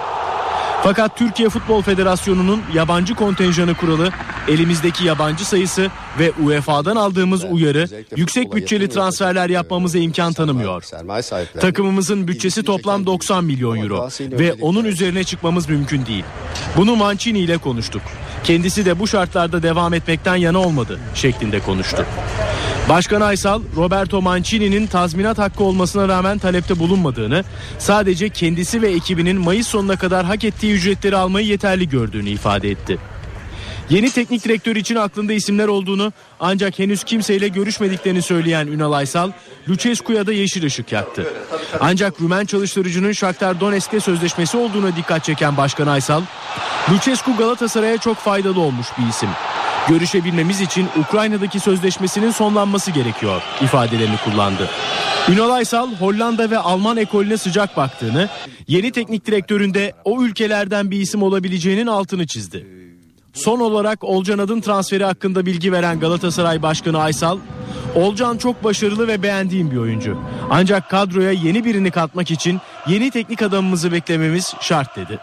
Fakat Türkiye Futbol Federasyonu'nun yabancı kontenjanı kuralı, elimizdeki yabancı sayısı ve UEFA'dan aldığımız uyarı yüksek bütçeli transferler yapmamıza imkan tanımıyor. Takımımızın bütçesi toplam 90 milyon euro ve onun üzerine çıkmamız mümkün değil. Bunu Mancini ile konuştuk. Kendisi de bu şartlarda devam etmekten yana olmadı şeklinde konuştu. Başkan Aysal, Roberto Mancini'nin tazminat hakkı olmasına rağmen talepte bulunmadığını, sadece kendisi ve ekibinin Mayıs sonuna kadar hak ettiği ücretleri almayı yeterli gördüğünü ifade etti. Yeni teknik direktör için aklında isimler olduğunu ancak henüz kimseyle görüşmediklerini söyleyen Ünal Aysal, Lucescu'ya da yeşil ışık yaktı. Ancak Rumen çalıştırıcının Shakhtar Donetsk'te sözleşmesi olduğuna dikkat çeken Başkan Aysal, Lucescu Galatasaray'a çok faydalı olmuş bir isim. Görüşebilmemiz için Ukrayna'daki sözleşmesinin sonlanması gerekiyor ifadelerini kullandı. Ünal Aysal, Hollanda ve Alman ekolüne sıcak baktığını, yeni teknik direktöründe o ülkelerden bir isim olabileceğinin altını çizdi. Son olarak Olcan Adın transferi hakkında bilgi veren Galatasaray Başkanı Aysal, Olcan çok başarılı ve beğendiğim bir oyuncu. Ancak kadroya yeni birini katmak için yeni teknik adamımızı beklememiz şart dedi.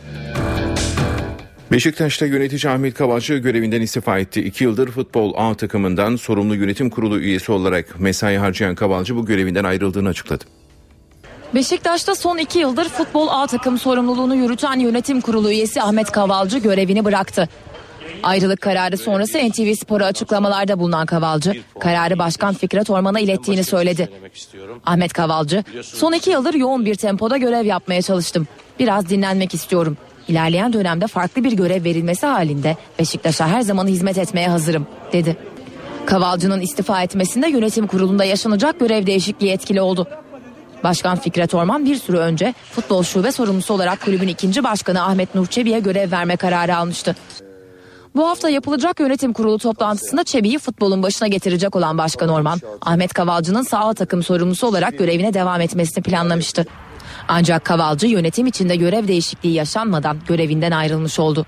Beşiktaş'ta yönetici Ahmet Kavalcı görevinden istifa etti. 2 yıldır futbol A takımından sorumlu yönetim kurulu üyesi olarak mesai harcayan Kavalcı bu görevinden ayrıldığını açıkladı. Beşiktaş'ta son 2 yıldır futbol A takım sorumluluğunu yürüten yönetim kurulu üyesi Ahmet Kavalcı görevini bıraktı. Ayrılık kararı sonrası NTV Spor'a açıklamalarda bulunan Kavalcı, kararı Başkan Fikret Orman'a ilettiğini söyledi. Ahmet Kavalcı, son 2 yıldır yoğun bir tempoda görev yapmaya çalıştım. Biraz dinlenmek istiyorum. İlerleyen dönemde farklı bir görev verilmesi halinde Beşiktaş'a her zaman hizmet etmeye hazırım, dedi. Kavalcı'nın istifa etmesinde yönetim kurulunda yaşanacak görev değişikliği etkili oldu. Başkan Fikret Orman bir süre önce futbol şube sorumlusu olarak kulübün 2. başkanı Ahmet Nur Çebi'ye görev verme kararı almıştı. Bu hafta yapılacak yönetim kurulu toplantısında Çebi'yi futbolun başına getirecek olan Başkan Orman, Ahmet Kavalcı'nın sağ takım sorumlusu olarak görevine devam etmesini planlamıştı. Ancak Kavalcı yönetim içinde görev değişikliği yaşanmadan görevinden ayrılmış oldu.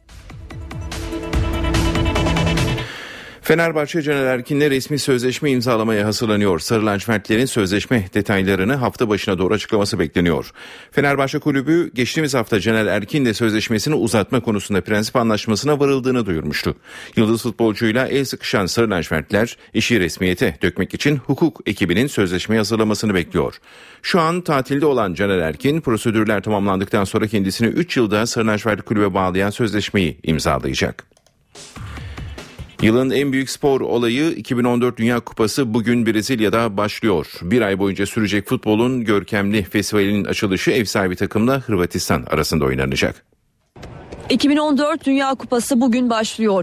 Fenerbahçe Caner Erkin'le resmi sözleşme imzalamaya hazırlanıyor. Sarı lacivertlerin sözleşme detaylarını hafta başına doğru açıklaması bekleniyor. Fenerbahçe Kulübü geçtiğimiz hafta Caner Erkin'le sözleşmesini uzatma konusunda prensip anlaşmasına varıldığını duyurmuştu. Yıldız futbolcuyla el sıkışan Sarı lacivertler işi resmiyete dökmek için hukuk ekibinin sözleşmeyi hazırlamasını bekliyor. Şu an tatilde olan Caner Erkin prosedürler tamamlandıktan sonra kendisini 3 yılda Sarı lacivert kulübe bağlayan sözleşmeyi imzalayacak. Yılın en büyük spor olayı 2014 Dünya Kupası bugün Brezilya'da başlıyor. Bir ay boyunca sürecek futbolun görkemli festivalinin açılışı ev sahibi takımla Hırvatistan arasında oynanacak. 2014 Dünya Kupası bugün başlıyor.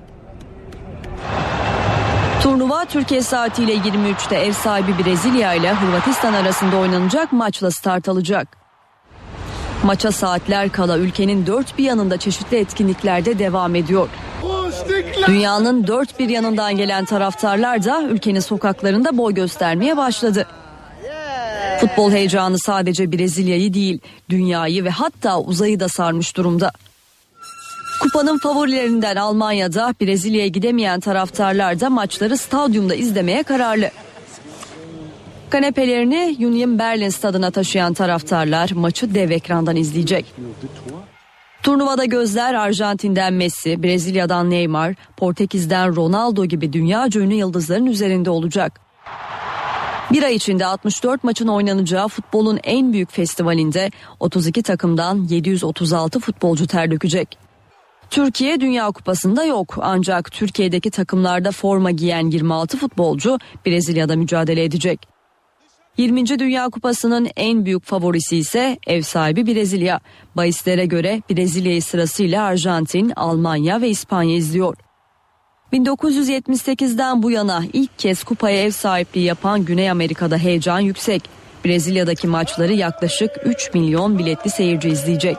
Turnuva Türkiye saatiyle 23'te ev sahibi Brezilya ile Hırvatistan arasında oynanacak maçla start alacak. Maça saatler kala ülkenin dört bir yanında çeşitli etkinliklerde devam ediyor. Dünyanın dört bir yanından gelen taraftarlar da ülkenin sokaklarında boy göstermeye başladı. Futbol heyecanı sadece Brezilya'yı değil, dünyayı ve hatta uzayı da sarmış durumda. Kupanın favorilerinden Almanya'da Brezilya'ya gidemeyen taraftarlar da maçları stadyumda izlemeye kararlı. Kanepelerini Union Berlin stadına taşıyan taraftarlar maçı dev ekrandan izleyecek. Turnuvada gözler Arjantin'den Messi, Brezilya'dan Neymar, Portekiz'den Ronaldo gibi dünyaca ünlü yıldızların üzerinde olacak. Bir ay içinde 64 maçın oynanacağı futbolun en büyük festivalinde 32 takımdan 736 futbolcu ter dökecek. Türkiye Dünya Kupası'nda yok, ancak Türkiye'deki takımlarda forma giyen 26 futbolcu Brezilya'da mücadele edecek. 20. Dünya Kupası'nın en büyük favorisi ise ev sahibi Brezilya. Bahislere göre Brezilya'yı sırasıyla Arjantin, Almanya ve İspanya izliyor. 1978'den bu yana ilk kez kupaya ev sahipliği yapan Güney Amerika'da heyecan yüksek. Brezilya'daki maçları yaklaşık 3 milyon biletli seyirci izleyecek.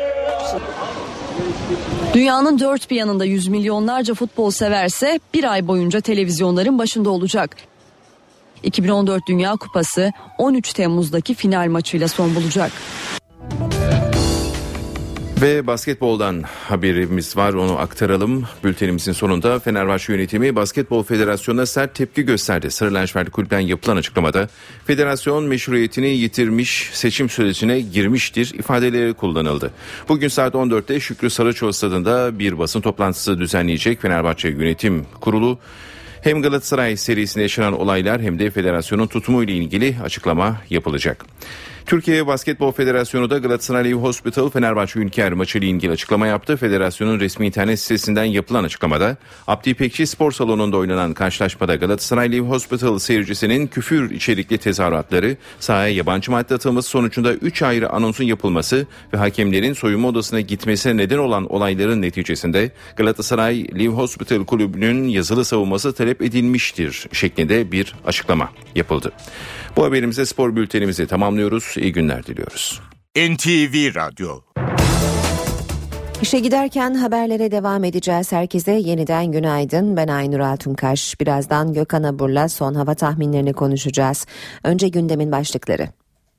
Dünyanın dört bir yanında yüz milyonlarca futbol severse bir ay boyunca televizyonların başında olacak. 2014 Dünya Kupası 13 Temmuz'daki final maçıyla son bulacak. Ve basketboldan haberimiz var, onu aktaralım. Bültenimizin sonunda Fenerbahçe yönetimi Basketbol Federasyonu'na sert tepki gösterdi. Sarı lacivert kulüpten yapılan açıklamada federasyon meşruiyetini yitirmiş, seçim sürecine girmiştir ifadeleri kullanıldı. Bugün saat 14'te Şükrü Saraçoğlu stadında bir basın toplantısı düzenleyecek Fenerbahçe Yönetim Kurulu. Hem Galatasaray serisinde yaşanan olaylar hem de federasyonun tutumu ile ilgili açıklama yapılacak. Türkiye Basketbol Federasyonu da Galatasaray Live Hospital Fenerbahçe Ülker maçı ile ilgili açıklama yaptı. Federasyonun resmi internet sitesinden yapılan açıklamada Abdi İpekçi Spor Salonu'nda oynanan karşılaşmada Galatasaray Live Hospital seyircisinin küfür içerikli tezahüratları, sahaya yabancı madde atılması sonucunda 3 ayrı anonsun yapılması ve hakemlerin soyunma odasına gitmesine neden olan olayların neticesinde Galatasaray Live Hospital Kulübü'nün yazılı savunması talep edilmiştir şeklinde bir açıklama yapıldı. Bu haberimizle spor bültenimizi tamamlıyoruz. İyi günler diliyoruz. NTV Radyo. İşe giderken haberlere devam edeceğiz. Herkese yeniden günaydın. Ben Aynur Altunkaş. Birazdan Gökhan Abur'la son hava tahminlerini konuşacağız. Önce gündemin başlıkları.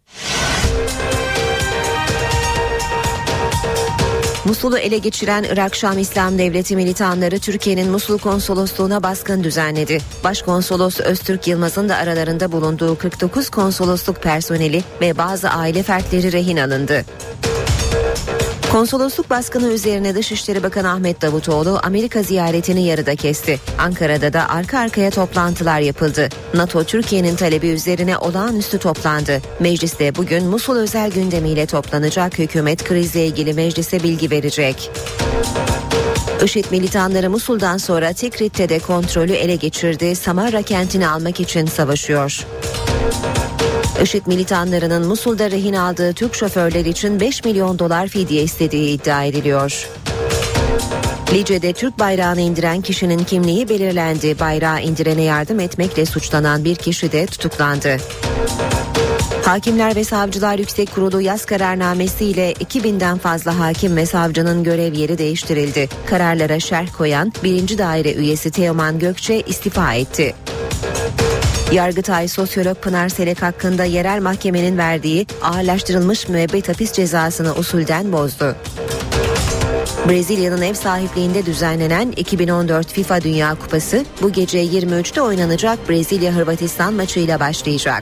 Musul'u ele geçiren Irak Şam İslam Devleti militanları Türkiye'nin Musul konsolosluğuna baskın düzenledi. Başkonsolos Öztürk Yılmaz'ın da aralarında bulunduğu 49 konsolosluk personeli ve bazı aile fertleri rehin alındı. Konsolosluk baskını üzerine Dışişleri Bakanı Ahmet Davutoğlu Amerika ziyaretini yarıda kesti. Ankara'da da arka arkaya toplantılar yapıldı. NATO Türkiye'nin talebi üzerine olağanüstü toplandı. Mecliste bugün Musul özel gündemiyle toplanacak, hükümet krizle ilgili meclise bilgi verecek. IŞİD militanları Musul'dan sonra Tikrit'te de kontrolü ele geçirdi. Samarra kentini almak için savaşıyor. IŞİD militanlarının Musul'da rehin aldığı Türk şoförler için 5 milyon dolar fidye istediği iddia ediliyor. Lice'de Türk bayrağını indiren kişinin kimliği belirlendi. Bayrağı indirene yardım etmekle suçlanan bir kişi de tutuklandı. Hakimler ve Savcılar Yüksek Kurulu yaz kararnamesiyle 2000'den fazla hakim ve savcının görev yeri değiştirildi. Kararlara şerh koyan 1. Daire üyesi Teoman Gökçe istifa etti. Yargıtay sosyolog Pınar Selek hakkında yerel mahkemenin verdiği ağırlaştırılmış müebbet hapis cezasını usulden bozdu. Brezilya'nın ev sahipliğinde düzenlenen 2014 FIFA Dünya Kupası bu gece 23'te oynanacak Brezilya-Hırvatistan maçıyla başlayacak.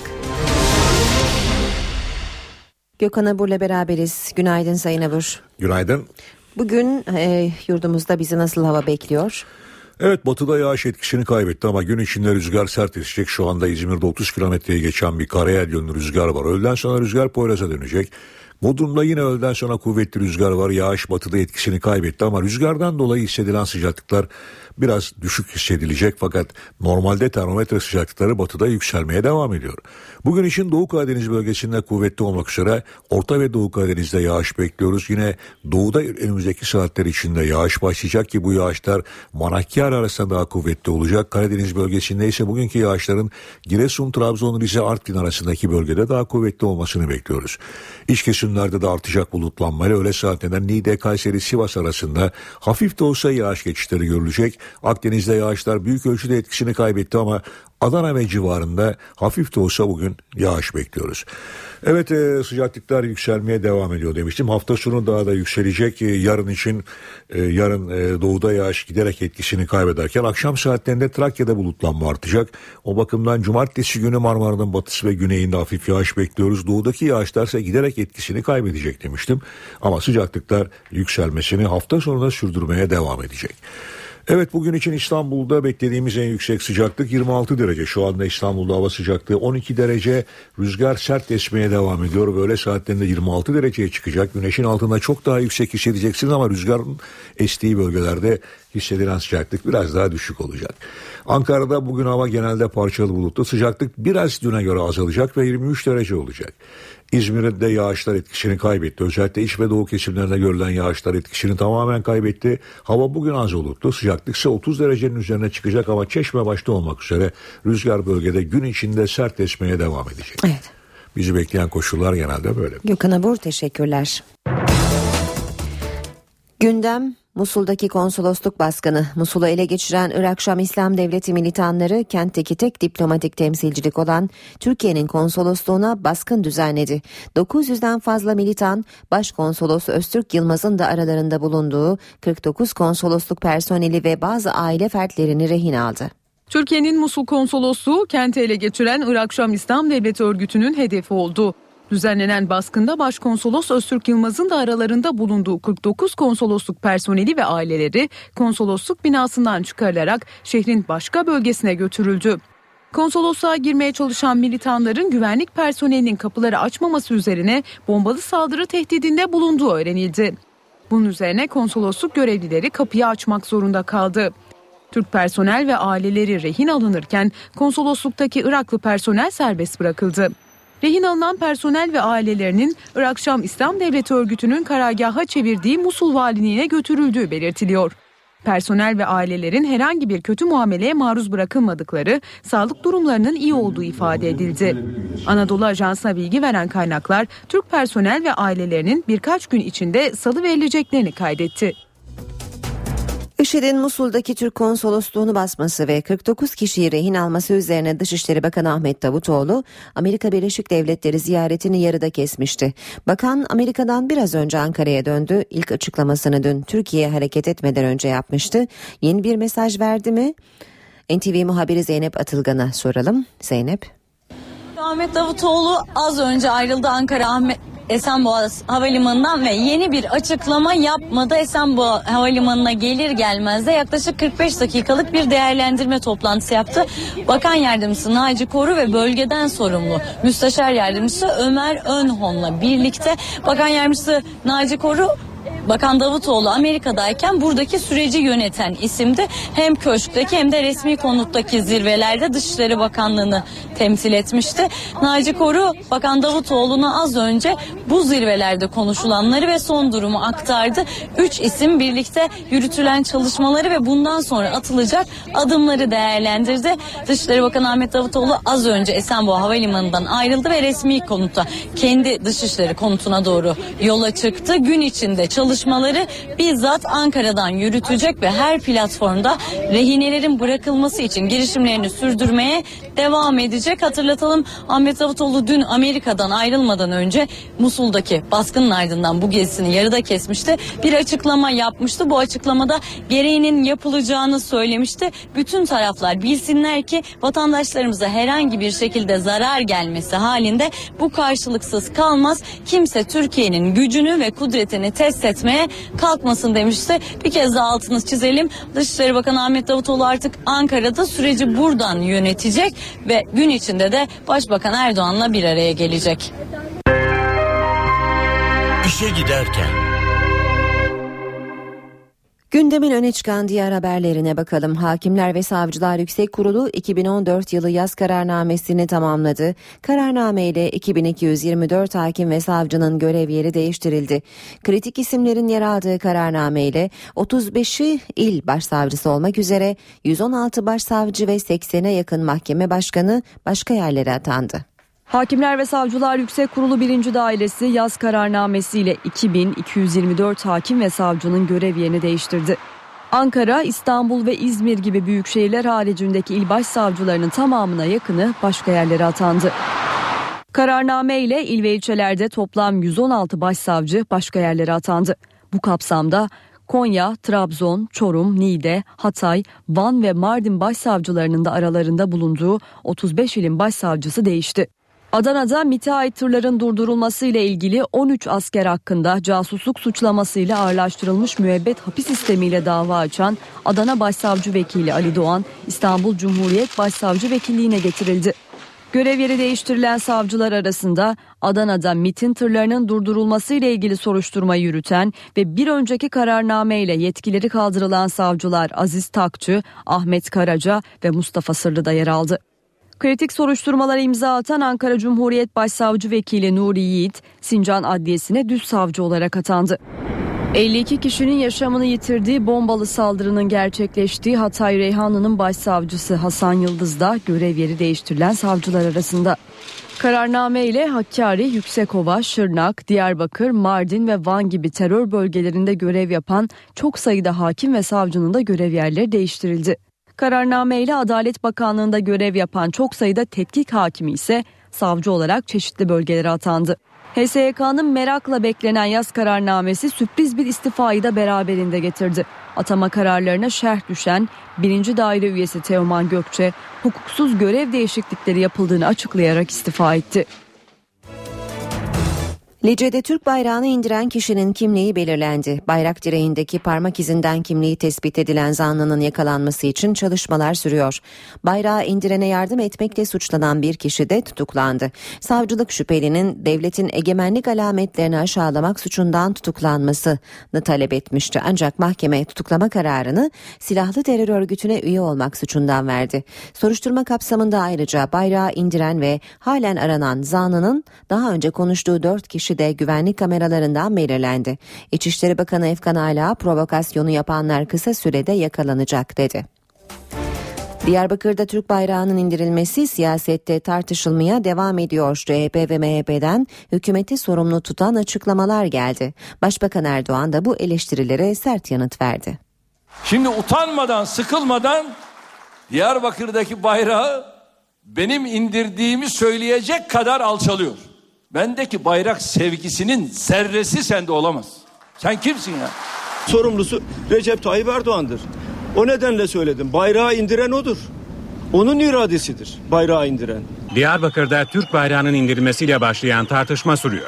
Gökhan Abur'la beraberiz. Günaydın Sayın Abur. Günaydın. Bugün yurdumuzda bizi nasıl hava bekliyor? Evet, batıda yağış etkisini kaybetti ama gün içinde rüzgar sert esecek. Şu anda İzmir'de 30 kilometreyi geçen bir karayel yönlü rüzgar var. Öğleden sonra rüzgar Poyraz'a dönecek. Bodrum'da yine öğleden sonra kuvvetli rüzgar var. Yağış batıda etkisini kaybetti ama rüzgardan dolayı hissedilen sıcaklıklar biraz düşük hissedilecek, fakat normalde termometre sıcaklıkları batıda yükselmeye devam ediyor. Bugün için Doğu Karadeniz bölgesinde kuvvetli olmak üzere Orta ve Doğu Karadeniz'de yağış bekliyoruz. Yine doğuda önümüzdeki saatler içinde yağış başlayacak ki bu yağışlar Manakkar arasında daha kuvvetli olacak. Karadeniz bölgesinde ise bugünkü yağışların Giresun, Trabzon, Rize, Artvin arasındaki bölgede daha kuvvetli olmasını bekliyoruz. İç kesimlerde de artacak bulutlanmayla öğle saatlerinde Niğde, Kayseri, Sivas arasında hafif de olsa yağış geçişleri görülecek. Akdeniz'de yağışlar büyük ölçüde etkisini kaybetti ama Adana ve civarında hafif de olsa bugün yağış bekliyoruz. Evet, sıcaklıklar yükselmeye devam ediyor demiştim. Hafta sonu daha da yükselecek. Yarın için doğuda yağış giderek etkisini kaybederken akşam saatlerinde Trakya'da bulutlanma artacak. O bakımdan cumartesi günü Marmara'nın batısı ve güneyinde hafif yağış bekliyoruz. Doğudaki yağışlar ise giderek etkisini kaybedecek demiştim. Ama sıcaklıklar yükselmesini hafta sonunda sürdürmeye devam edecek. Evet, bugün için İstanbul'da beklediğimiz en yüksek sıcaklık 26 derece. Şu anda İstanbul'da hava sıcaklığı 12 derece. Rüzgar sert esmeye devam ediyor. Böyle saatlerinde 26 dereceye çıkacak. Güneşin altında çok daha yüksek hissedeceksiniz ama rüzgarın estiği bölgelerde hissedilen sıcaklık biraz daha düşük olacak. Ankara'da bugün hava genelde parçalı bulutlu. Sıcaklık biraz düne göre azalacak ve 23 derece olacak. İzmir'de yağışlar etkisini kaybetti. Özellikle iç ve doğu kesimlerinde görülen yağışlar etkisini tamamen kaybetti. Hava bugün az bulutlu. Sıcaklık ise 30 derecenin üzerine çıkacak ama Çeşme başta olmak üzere rüzgar bölgede gün içinde sert esmeye devam edecek. Evet. Bizi bekleyen koşullar genelde böyle. Gökhan Abur, teşekkürler. Gündem Musul'daki konsolosluk baskını. Musul'u ele geçiren Irak Şam İslam Devleti militanları kentteki tek diplomatik temsilcilik olan Türkiye'nin konsolosluğuna baskın düzenledi. 900'den fazla militan Başkonsolos Öztürk Yılmaz'ın da aralarında bulunduğu 49 konsolosluk personeli ve bazı aile fertlerini rehin aldı. Türkiye'nin Musul konsolosluğu kenti ele geçiren Irak Şam İslam Devleti örgütünün hedefi oldu. Düzenlenen baskında Başkonsolos Öztürk Yılmaz'ın da aralarında bulunduğu 49 konsolosluk personeli ve aileleri konsolosluk binasından çıkarılarak şehrin başka bölgesine götürüldü. Konsolosluğa girmeye çalışan militanların güvenlik personelinin kapıları açmaması üzerine bombalı saldırı tehdidinde bulunduğu öğrenildi. Bunun üzerine konsolosluk görevlileri kapıyı açmak zorunda kaldı. Türk personel ve aileleri rehin alınırken konsolosluktaki Iraklı personel serbest bırakıldı. Rehin alınan personel ve ailelerinin Irak Şam İslam Devleti örgütünün karargaha çevirdiği Musul valiliğine götürüldüğü belirtiliyor. Personel ve ailelerin herhangi bir kötü muameleye maruz bırakılmadıkları, sağlık durumlarının iyi olduğu ifade edildi. Anadolu Ajansı'na bilgi veren kaynaklar, Türk personel ve ailelerinin birkaç gün içinde salıverileceklerini kaydetti. IŞİD'in Musul'daki Türk konsolosluğunu basması ve 49 kişiyi rehin alması üzerine Dışişleri Bakanı Ahmet Davutoğlu, Amerika Birleşik Devletleri ziyaretini yarıda kesmişti. Bakan Amerika'dan biraz önce Ankara'ya döndü. İlk açıklamasını dün Türkiye'ye hareket etmeden önce yapmıştı. Yeni bir mesaj verdi mi? NTV muhabiri Zeynep Atılgan'a soralım. Zeynep. Ahmet Davutoğlu az önce ayrıldı Esenboğa Havalimanı'ndan ve yeni bir açıklama yapmadı. Esenboğa Havalimanı'na gelir gelmez de yaklaşık 45 dakikalık bir değerlendirme toplantısı yaptı. Bakan Yardımcısı Naci Koru ve bölgeden sorumlu Müsteşar Yardımcısı Ömer Önhon'la birlikte Bakan Yardımcısı Naci Koru, Bakan Davutoğlu Amerika'dayken buradaki süreci yöneten isimdi. Hem köşkteki hem de resmi konuttaki zirvelerde Dışişleri Bakanlığı'nı temsil etmişti. Naci Koru, Bakan Davutoğlu'na az önce bu zirvelerde konuşulanları ve son durumu aktardı. 3 isim birlikte yürütülen çalışmaları ve bundan sonra atılacak adımları değerlendirdi. Dışişleri Bakanı Ahmet Davutoğlu az önce Esenboğa Havalimanı'ndan ayrıldı ve resmi konutta kendi dışişleri konutuna doğru yola çıktı. Gün içinde çalışmaları bizzat Ankara'dan yürütecek ve her platformda rehinelerin bırakılması için girişimlerini sürdürmeye devam edecek. Hatırlatalım, Ahmet Davutoğlu dün Amerika'dan ayrılmadan önce Musul'daki baskının ardından bu gezisini yarıda kesmişti. Bir açıklama yapmıştı. Bu açıklamada gereğinin yapılacağını söylemişti. Bütün taraflar bilsinler ki vatandaşlarımıza herhangi bir şekilde zarar gelmesi halinde bu karşılıksız kalmaz. Kimse Türkiye'nin gücünü ve kudretini test etmeye kalkmasın demişti. Bir kez daha altını çizelim. Dışişleri Bakanı Ahmet Davutoğlu artık Ankara'da süreci buradan yönetecek ve gün içinde de Başbakan Erdoğan'la bir araya gelecek. İşe giderken. Gündemin öne çıkan diğer haberlerine bakalım. Hakimler ve Savcılar Yüksek Kurulu 2014 yılı yaz kararnamesini tamamladı. Kararnameyle 2224 hakim ve savcının görev yeri değiştirildi. Kritik isimlerin yer aldığı kararnameyle 35'i il başsavcısı olmak üzere 116 başsavcı ve 80'e yakın mahkeme başkanı başka yerlere atandı. Hakimler ve Savcılar Yüksek Kurulu 1. Dairesi yaz kararnamesiyle 2224 hakim ve savcının görev yerini değiştirdi. Ankara, İstanbul ve İzmir gibi büyük şehirler haricindeki il başsavcılarının tamamına yakını başka yerlere atandı. Kararname ile il ve ilçelerde toplam 116 başsavcı başka yerlere atandı. Bu kapsamda Konya, Trabzon, Çorum, Niğde, Hatay, Van ve Mardin başsavcılarının da aralarında bulunduğu 35 ilin başsavcısı değişti. Adana'da MİT'e ait tırların durdurulması ile ilgili 13 asker hakkında casusluk suçlamasıyla ağırlaştırılmış müebbet hapis sistemiyle dava açan Adana Başsavcı Vekili Ali Doğan, İstanbul Cumhuriyet Başsavcı Vekilliğine getirildi. Görev yeri değiştirilen savcılar arasında Adana'da MİT'in tırlarının durdurulması ile ilgili soruşturma yürüten ve bir önceki kararnameyle yetkileri kaldırılan savcılar Aziz Takçı, Ahmet Karaca ve Mustafa Sırlı da yer aldı. Kritik soruşturmalara imza atan Ankara Cumhuriyet Başsavcı Vekili Nuri Yiğit, Sincan Adliyesi'ne düz savcı olarak atandı. 52 kişinin yaşamını yitirdiği bombalı saldırının gerçekleştiği Hatay Reyhanlı'nın başsavcısı Hasan Yıldız da görev yeri değiştirilen savcılar arasında. Kararname ile Hakkari, Yüksekova, Şırnak, Diyarbakır, Mardin ve Van gibi terör bölgelerinde görev yapan çok sayıda hakim ve savcının da görev yerleri değiştirildi. Kararname ile Adalet Bakanlığı'nda görev yapan çok sayıda tetkik hakimi ise savcı olarak çeşitli bölgelere atandı. HSYK'nın merakla beklenen yaz kararnamesi sürpriz bir istifayı da beraberinde getirdi. Atama kararlarına şerh düşen 1. Daire üyesi Teoman Gökçe, hukuksuz görev değişiklikleri yapıldığını açıklayarak istifa etti. Lice'de Türk bayrağını indiren kişinin kimliği belirlendi. Bayrak direğindeki parmak izinden kimliği tespit edilen zanlının yakalanması için çalışmalar sürüyor. Bayrağı indirene yardım etmekle suçlanan bir kişi de tutuklandı. Savcılık şüphelinin devletin egemenlik alametlerini aşağılamak suçundan tutuklanmasını talep etmişti. Ancak mahkeme tutuklama kararını silahlı terör örgütüne üye olmak suçundan verdi. Soruşturma kapsamında ayrıca bayrağı indiren ve halen aranan zanlının daha önce konuştuğu 4 kişi de güvenlik kameralarından belirlendi. İçişleri Bakanı Efkan Ala, provokasyonu yapanlar kısa sürede yakalanacak dedi. Diyarbakır'da Türk bayrağının indirilmesi siyasette tartışılmaya devam ediyor. CHP ve MHP'den hükümeti sorumlu tutan açıklamalar geldi. Başbakan Erdoğan da bu eleştirilere sert yanıt verdi. Şimdi utanmadan, sıkılmadan Diyarbakır'daki bayrağı benim indirdiğimi söyleyecek kadar alçalıyor. Bendeki bayrak sevgisinin zerresi sende olamaz. Sen kimsin ya? Sorumlusu Recep Tayyip Erdoğan'dır. O nedenle söyledim. Bayrağı indiren odur. Onun iradesidir bayrağı indiren. Diyarbakır'da Türk bayrağının indirilmesiyle başlayan tartışma sürüyor.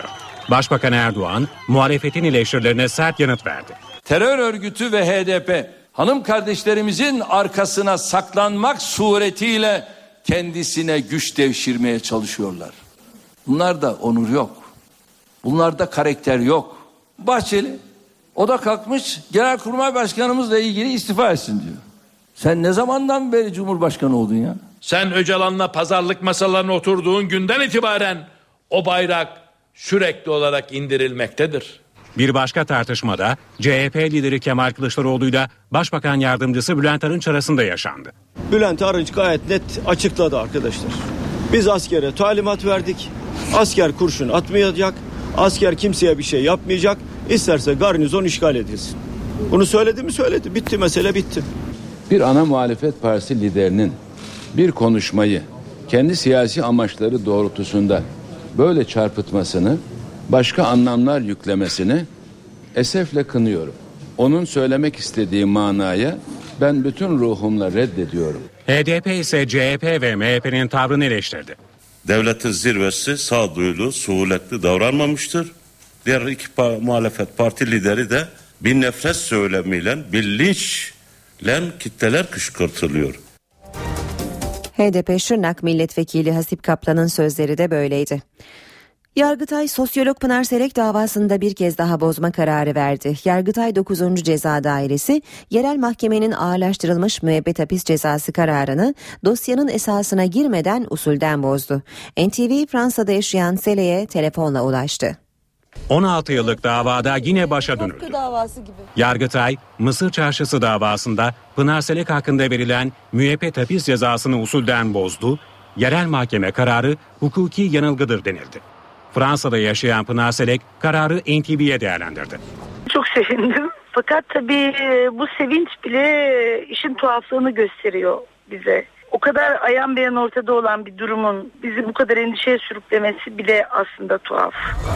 Başbakan Erdoğan muhalefetin eleştirilerine sert yanıt verdi. Terör örgütü ve HDP hanım kardeşlerimizin arkasına saklanmak suretiyle kendisine güç devşirmeye çalışıyorlar. Bunlarda onur yok. Bunlarda karakter yok. Bahçeli o da kalkmış Genelkurmay Başkanımızla ilgili istifa etsin diyor. Sen ne zamandan beri Cumhurbaşkanı oldun ya? Sen Öcalan'la pazarlık masalarına oturduğun günden itibaren o bayrak sürekli olarak indirilmektedir. Bir başka tartışmada CHP lideri Kemal Kılıçdaroğlu'yla Başbakan Yardımcısı Bülent Arınç arasında yaşandı. Bülent Arınç gayet net açıkladı arkadaşlar. Biz askere talimat verdik. Asker kurşun atmayacak. Asker kimseye bir şey yapmayacak. İsterse garnizon işgal edilsin. Bunu söyledi mi? Söyledi. Bitti, mesele bitti. Bir ana muhalefet partisi liderinin bir konuşmayı kendi siyasi amaçları doğrultusunda böyle çarpıtmasını, başka anlamlar yüklemesini esefle kınıyorum. Onun söylemek istediği manaya ben bütün ruhumla reddediyorum. HDP ise CHP ve MHP'nin tavrını eleştirdi. Devletin zirvesi sağduyulu, suhuletli davranmamıştır. Diğer iki muhalefet parti lideri de bir nefret söylemiyle, bir linçle kitleler kışkırtılıyor. HDP Şırnak Milletvekili Hasip Kaplan'ın sözleri de böyleydi. Yargıtay sosyolog Pınar Selek davasında bir kez daha bozma kararı verdi. Yargıtay 9. Ceza Dairesi yerel mahkemenin ağırlaştırılmış müebbet hapis cezası kararını dosyanın esasına girmeden usulden bozdu. NTV Fransa'da yaşayan Selek'e telefonla ulaştı. 16 yıllık davada yine başa dönüldü. Yargıtay, Mısır Çarşısı davasında Pınar Selek hakkında verilen müebbet hapis cezasını usulden bozdu. Yerel mahkeme kararı hukuki yanılgıdır denildi. Fransa'da yaşayan Pınar Selek kararı NTV'ye değerlendirdi. Çok sevindim. Fakat tabii bu sevinç bile işin tuhaflığını gösteriyor bize. O kadar ayan beyan ortada olan bir durumun bizi bu kadar endişeye sürüklemesi bile aslında tuhaf.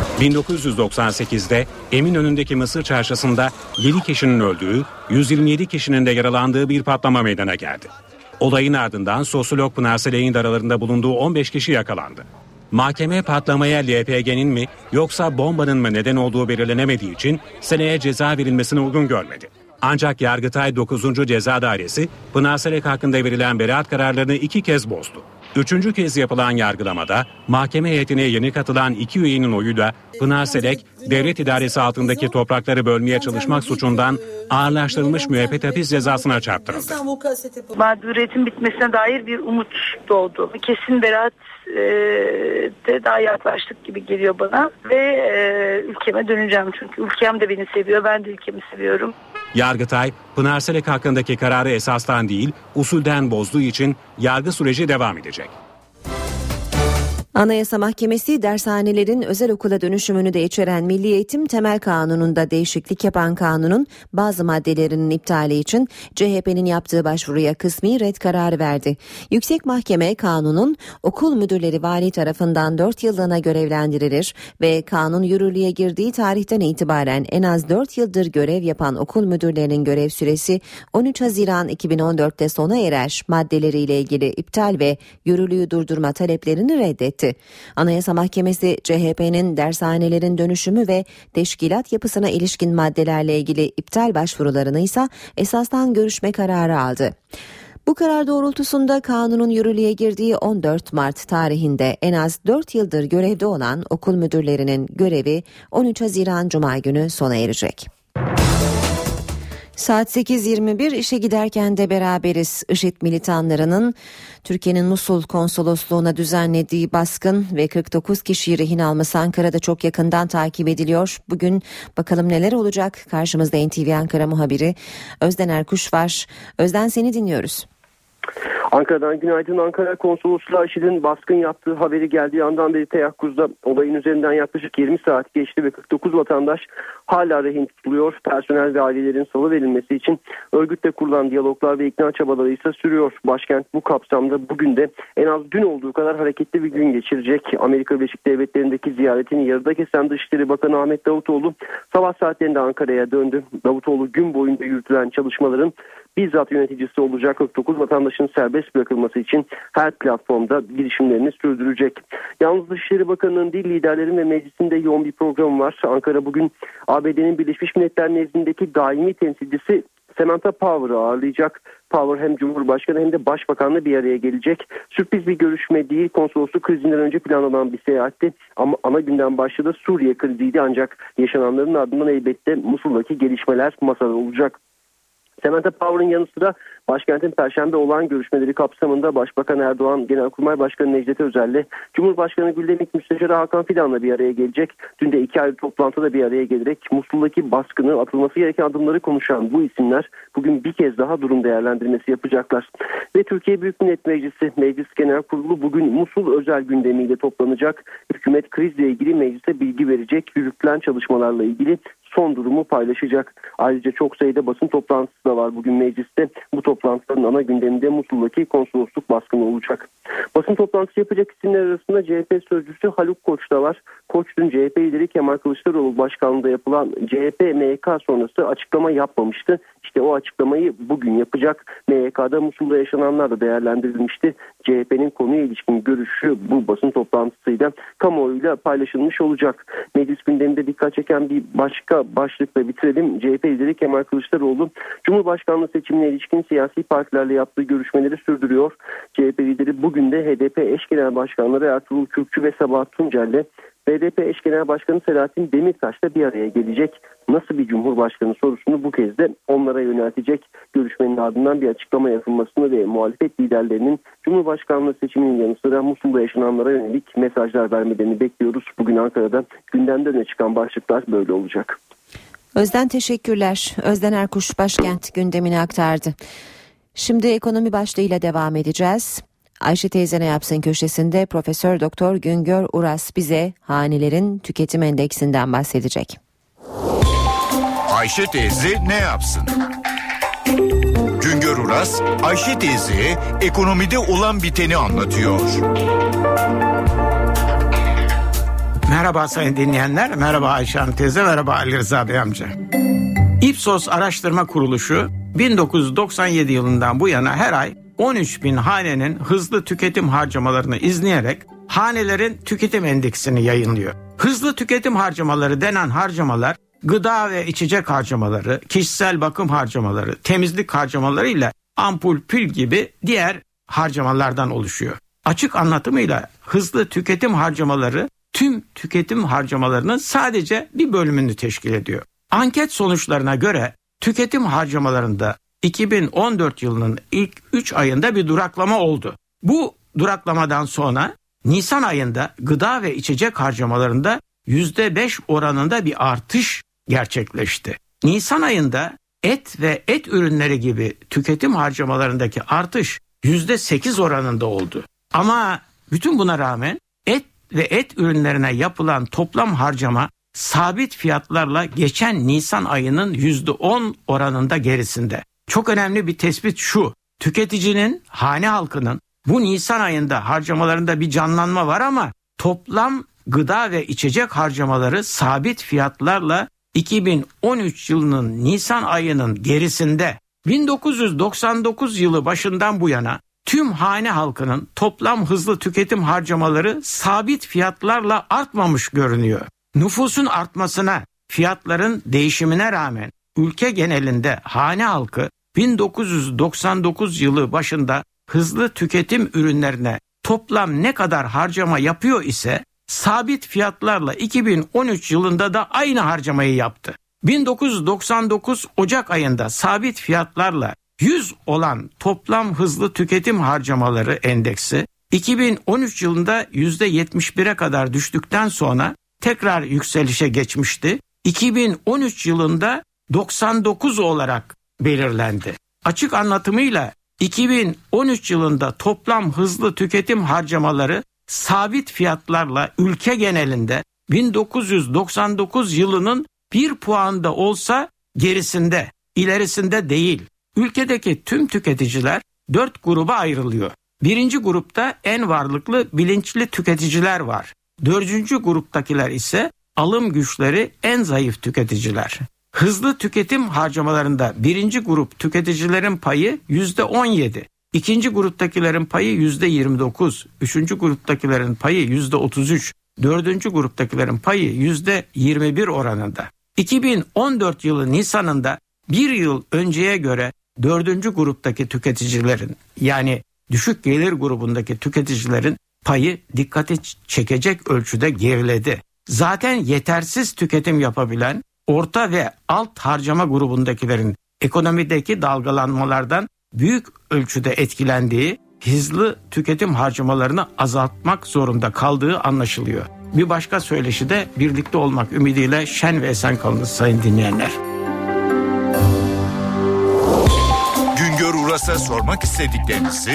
1998'de Eminönü'ndeki Mısır Çarşısı'nda 7 kişinin öldüğü, 127 kişinin de yaralandığı bir patlama meydana geldi. Olayın ardından sosyolog Pınar Selek'in de aralarında bulunduğu 15 kişi yakalandı. Mahkeme patlamaya LPG'nin mi yoksa bombanın mı neden olduğu belirlenemediği için Selek'e ceza verilmesini uygun görmedi. Ancak Yargıtay 9. Ceza Dairesi Pınar Selek hakkında verilen beraat kararlarını 2 kez bozdu. 3. kez yapılan yargılamada mahkeme heyetine yeni katılan 2 üyenin oyuyla Pınar Selek devlet idaresi altındaki toprakları bölmeye çalışmak suçundan ağırlaştırılmış müebbet hapis cezasına çarptırıldı. Mağduriyetin bitmesine dair bir umut doğdu. Kesin beraat de daha yaklaştık gibi geliyor bana ve ülkeme döneceğim çünkü ülkem de beni seviyor, ben de ülkemi seviyorum. Yargıtay, Pınar Selek hakkındaki kararı esastan değil, usulden bozduğu için yargı süreci devam edecek. Anayasa Mahkemesi dershanelerin özel okula dönüşümünü de içeren Milli Eğitim Temel Kanunu'nda değişiklik yapan kanunun bazı maddelerinin iptali için CHP'nin yaptığı başvuruya kısmi red kararı verdi. Yüksek Mahkeme kanunun okul müdürleri vali tarafından 4 yıllığına görevlendirilir ve kanun yürürlüğe girdiği tarihten itibaren en az 4 yıldır görev yapan okul müdürlerinin görev süresi 13 Haziran 2014'te sona erer maddeleriyle ilgili iptal ve yürürlüğü durdurma taleplerini reddetti. Anayasa Mahkemesi CHP'nin dershanelerin dönüşümü ve teşkilat yapısına ilişkin maddelerle ilgili iptal başvurularını ise esastan görüşme kararı aldı. Bu karar doğrultusunda kanunun yürürlüğe girdiği 14 Mart tarihinde en az 4 yıldır görevde olan okul müdürlerinin görevi 13 Haziran Cuma günü sona erecek. Saat 8.21 işe giderken de beraberiz. IŞİD militanlarının Türkiye'nin Musul konsolosluğuna düzenlediği baskın ve 49 kişiyi rehin alması Ankara'da çok yakından takip ediliyor. Bugün bakalım neler olacak? Karşımızda NTV Ankara muhabiri Özden Erkuş var. Özden, seni dinliyoruz. Ankara'dan günaydın. Ankara Konsolosluğu IŞİD'in baskın yaptığı haberi geldiği andan beri teyakkuzda. Olayın üzerinden yaklaşık 20 saat geçti ve 49 vatandaş hala rehin tutuluyor. Personel ve ailelerin salıverilmesi için örgütle kurulan diyaloglar ve ikna çabaları ise sürüyor. Başkent bu kapsamda bugün de en az dün olduğu kadar hareketli bir gün geçirecek. Amerika Birleşik Devletleri'ndeki ziyaretini yarıda kesen Dışişleri Bakanı Ahmet Davutoğlu sabah saatlerinde Ankara'ya döndü. Davutoğlu gün boyunca yürütülen çalışmaların bizzat yöneticisi olacak. 49 vatandaşın serbest bırakılması için her platformda girişimlerini sürdürecek. Yalnız Dışişleri Bakanı'nın dil liderlerin ve meclisinde yoğun bir programı var. Ankara bugün ABD'nin Birleşmiş Milletler nezdindeki daimi temsilcisi Samantha Power'ı ağırlayacak. Power hem Cumhurbaşkanı hem de Başbakan'la bir araya gelecek. Sürpriz bir görüşme değil, konsolosluk krizinden önce planlanan bir seyahatti. Ama ana gündem başlığı da Suriye kriziydi, ancak yaşananların ardından elbette Musul'daki gelişmeler masada olacak. Samantha Power'ın yanı sıra başkentin Perşembe olağan görüşmeleri kapsamında Başbakan Erdoğan, Genelkurmay Başkanı Necdet Özel'le Cumhurbaşkanı Güldemik Müsteşarı Hakan Fidan'la bir araya gelecek. Dün de 2 ayrı toplantıda bir araya gelerek Musul'daki baskını, atılması gereken adımları konuşan bu isimler bugün bir kez daha durum değerlendirmesi yapacaklar. Ve Türkiye Büyük Millet Meclisi, Meclis Genel Kurulu bugün Musul özel gündemiyle toplanacak. Hükümet krizle ilgili meclise bilgi verecek, yürütülen çalışmalarla ilgili son durumu paylaşacak. Ayrıca çok sayıda basın toplantısı da var bugün mecliste. Bu toplantıların ana gündeminde Musul'daki konsolosluk baskını olacak. Basın toplantısı yapacak isimler arasında CHP sözcüsü Haluk Koç da var. Koç dün CHP lideri Kemal Kılıçdaroğlu başkanlığında yapılan CHP MYK sonrası açıklama yapmamıştı. İşte o açıklamayı bugün yapacak. MYK'da Musul'da yaşananlar da değerlendirilmişti. CHP'nin konuya ilişkin görüşü bu basın toplantısıyla kamuoyuyla paylaşılmış olacak. Meclis gündeminde dikkat çeken bir başka başlıkla bitirelim. CHP lideri Kemal Kılıçdaroğlu Cumhurbaşkanlığı seçimine ilişkin siyasi partilerle yaptığı görüşmeleri sürdürüyor. CHP lideri bugün de HDP eş genel başkanları Ertuğrul Kürkçü ve Sabahat Tuncer'le BDP eş genel başkanı Selahattin Demirtaş'la bir araya gelecek. Nasıl bir cumhurbaşkanı sorusunu bu kez de onlara yöneltecek. Görüşmenin ardından bir açıklama yapılmasını ve muhalefet liderlerinin Cumhurbaşkanlığı seçiminin yanı sıra Musul'da yaşananlara yönelik mesajlar vermelerini bekliyoruz. Bugün Ankara'da gündemden öne çıkan başlıklar böyle olacak. Özden teşekkürler. Özden Erkuş başkent gündemini aktardı. Şimdi ekonomi başlığıyla devam edeceğiz. Ayşe teyze ne yapsın köşesinde Profesör Doktor Güngör Uras bize hanelerin tüketim endeksinden bahsedecek. Ayşe teyze ne yapsın? Güngör Uras, Ayşe teyze ekonomide olan biteni anlatıyor. Merhaba sayın dinleyenler, merhaba Ayşe Hanım teyze, merhaba Ali Rıza Bey amca. Ipsos Araştırma Kuruluşu 1997 yılından bu yana her ay 13.000 hanenin hızlı tüketim harcamalarını izleyerek hanelerin tüketim endeksini yayınlıyor. Hızlı tüketim harcamaları denen harcamalar gıda ve içecek harcamaları, kişisel bakım harcamaları, temizlik harcamaları ile ampul, pil gibi diğer harcamalardan oluşuyor. Açık anlatımıyla hızlı tüketim harcamaları tüm tüketim harcamalarının sadece bir bölümünü teşkil ediyor. Anket sonuçlarına göre tüketim harcamalarında 2014 yılının ilk 3 ayında bir duraklama oldu. Bu duraklamadan sonra Nisan ayında gıda ve içecek harcamalarında %5 oranında bir artış gerçekleşti. Nisan ayında et ve et ürünleri gibi tüketim harcamalarındaki artış %8 oranında oldu. Ama bütün buna rağmen et ve et ürünlerine yapılan toplam harcama sabit fiyatlarla geçen Nisan ayının %10 oranında gerisinde. Çok önemli bir tespit şu: tüketicinin, hane halkının bu Nisan ayında harcamalarında bir canlanma var ama toplam gıda ve içecek harcamaları sabit fiyatlarla 2013 yılının Nisan ayının gerisinde. 1999 yılı başından bu yana tüm hane halkının toplam hızlı tüketim harcamaları sabit fiyatlarla artmamış görünüyor. Nüfusun artmasına, fiyatların değişimine rağmen ülke genelinde hane halkı 1999 yılı başında hızlı tüketim ürünlerine toplam ne kadar harcama yapıyor ise sabit fiyatlarla 2013 yılında da aynı harcamayı yaptı. 1999 Ocak ayında sabit fiyatlarla 100 olan toplam hızlı tüketim harcamaları endeksi 2013 yılında %71'e kadar düştükten sonra tekrar yükselişe geçmişti. 2013 yılında 99 olarak belirlendi. Açık anlatımıyla 2013 yılında toplam hızlı tüketim harcamaları sabit fiyatlarla ülke genelinde 1999 yılının bir puanda olsa gerisinde, ilerisinde değil. Ülkedeki tüm tüketiciler 4 gruba ayrılıyor. Birinci grupta en varlıklı, bilinçli tüketiciler var. 4. gruptakiler ise alım güçleri en zayıf tüketiciler. Hızlı tüketim harcamalarında birinci grup tüketicilerin payı %17. İkinci gruptakilerin payı %29. Üçüncü gruptakilerin payı %33. Dördüncü gruptakilerin payı %21 oranında. 2014 yılı Nisan'ında bir yıl önceye göre dördüncü gruptaki tüketicilerin, yani düşük gelir grubundaki tüketicilerin payı dikkati çekecek ölçüde geriledi. Zaten yetersiz tüketim yapabilen orta ve alt harcama grubundakilerin ekonomideki dalgalanmalardan büyük ölçüde etkilendiği, hızlı tüketim harcamalarını azaltmak zorunda kaldığı anlaşılıyor. Bir başka söyleşi de birlikte olmak ümidiyle şen ve esen kalınız sayın dinleyenler. Güngör Uras'a sormak istediklerinizi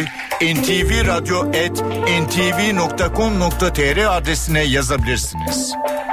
ntvradyo@ntv.com.tr adresine yazabilirsiniz.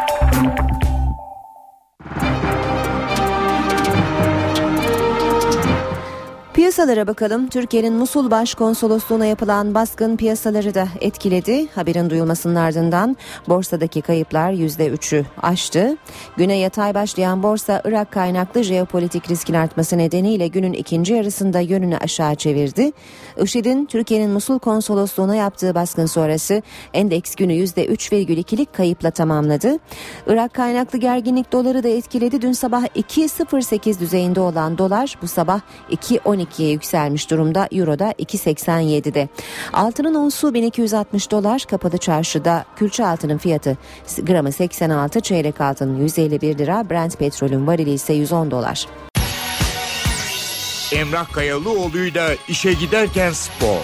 Piyasalara bakalım. Türkiye'nin Musul Başkonsolosluğu'na yapılan baskın piyasaları da etkiledi. Haberin duyulmasının ardından borsadaki kayıplar %3'ü aştı. Güne yatay başlayan borsa Irak kaynaklı jeopolitik riskin artması nedeniyle günün ikinci yarısında yönünü aşağı çevirdi. IŞİD'in Türkiye'nin Musul Konsolosluğu'na yaptığı baskın sonrası endeks günü %3,2'lik kayıpla tamamladı. Irak kaynaklı gerginlik doları da etkiledi. Dün sabah 2.08 düzeyinde olan dolar bu sabah 2.12'ye yükselmiş durumda. Euro da 2.87'de. Altının onsu 1260 dolar. Kapalı çarşıda külçe altının fiyatı gramı 86, çeyrek altın 151 lira. Brent petrolün varili ise 110 dolar. Emrah Kayalıoğlu'yla işe giderken spor.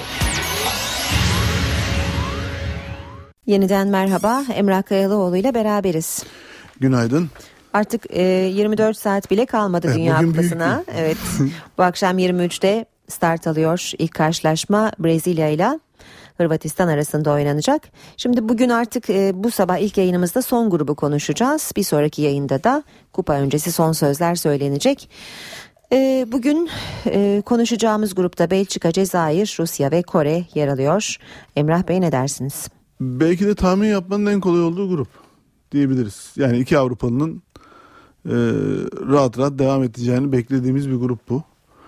Yeniden merhaba. Emrah Kayalıoğlu ile beraberiz. Günaydın. Artık 24 saat bile kalmadı Dünya Kupası'na. Evet. Bu akşam 23'te start alıyor ilk karşılaşma, Brezilya ile Hırvatistan arasında oynanacak. Şimdi bugün artık bu sabah ilk yayınımızda son grubu konuşacağız. Bir sonraki yayında da kupa öncesi son sözler söylenecek. Bugün konuşacağımız grupta Belçika, Cezayir, Rusya ve Kore yer alıyor. Emrah Bey, ne dersiniz? Belki de tahmin yapmanın en kolay olduğu grup diyebiliriz. Yani iki Avrupalı'nın rahat rahat devam edeceğini beklediğimiz bir grup bu.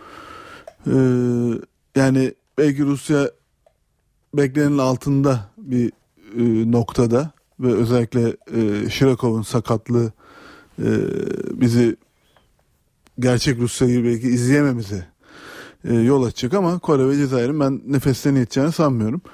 Yani belki Rusya beklenenin altında bir noktada ve özellikle Şirakov'un sakatlığı bizi gerçek Rusya'yı belki izleyememize yol açacak, ama Kore ve Cezayir'in ben nefeslerini yeteceğini sanmıyorum.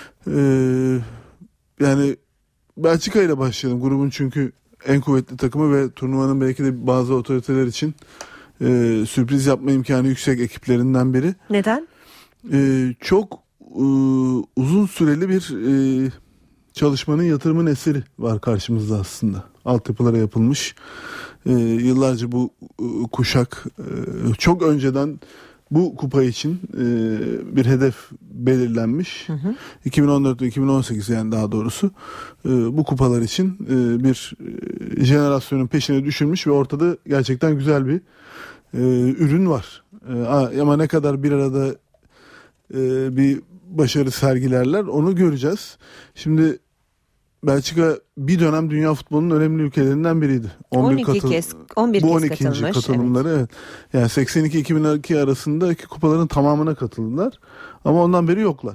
Yani Belçika ile başlayalım. Grubun çünkü en kuvvetli takımı ve turnuvanın belki de bazı otoriteler için sürpriz yapma imkanı yüksek ekiplerinden biri. Neden? Çok uzun süreli bir çalışmanın, yatırımın eseri var karşımızda aslında. Altyapılara yapılmış. Yıllarca bu kuşak çok önceden bu kupa için bir hedef belirlenmiş. 2014 ve 2018, yani daha doğrusu bu kupalar için bir jenerasyonun peşine düşülmüş ve ortada gerçekten güzel bir ürün var. Ama ne kadar bir arada bir başarı sergilerler onu göreceğiz. Şimdi Belçika bir dönem dünya futbolunun önemli ülkelerinden biriydi. 11 kez katılımları. Evet. Yani 82-2002 arasındaki kupaların tamamına katıldılar. Ama ondan beri yoklar.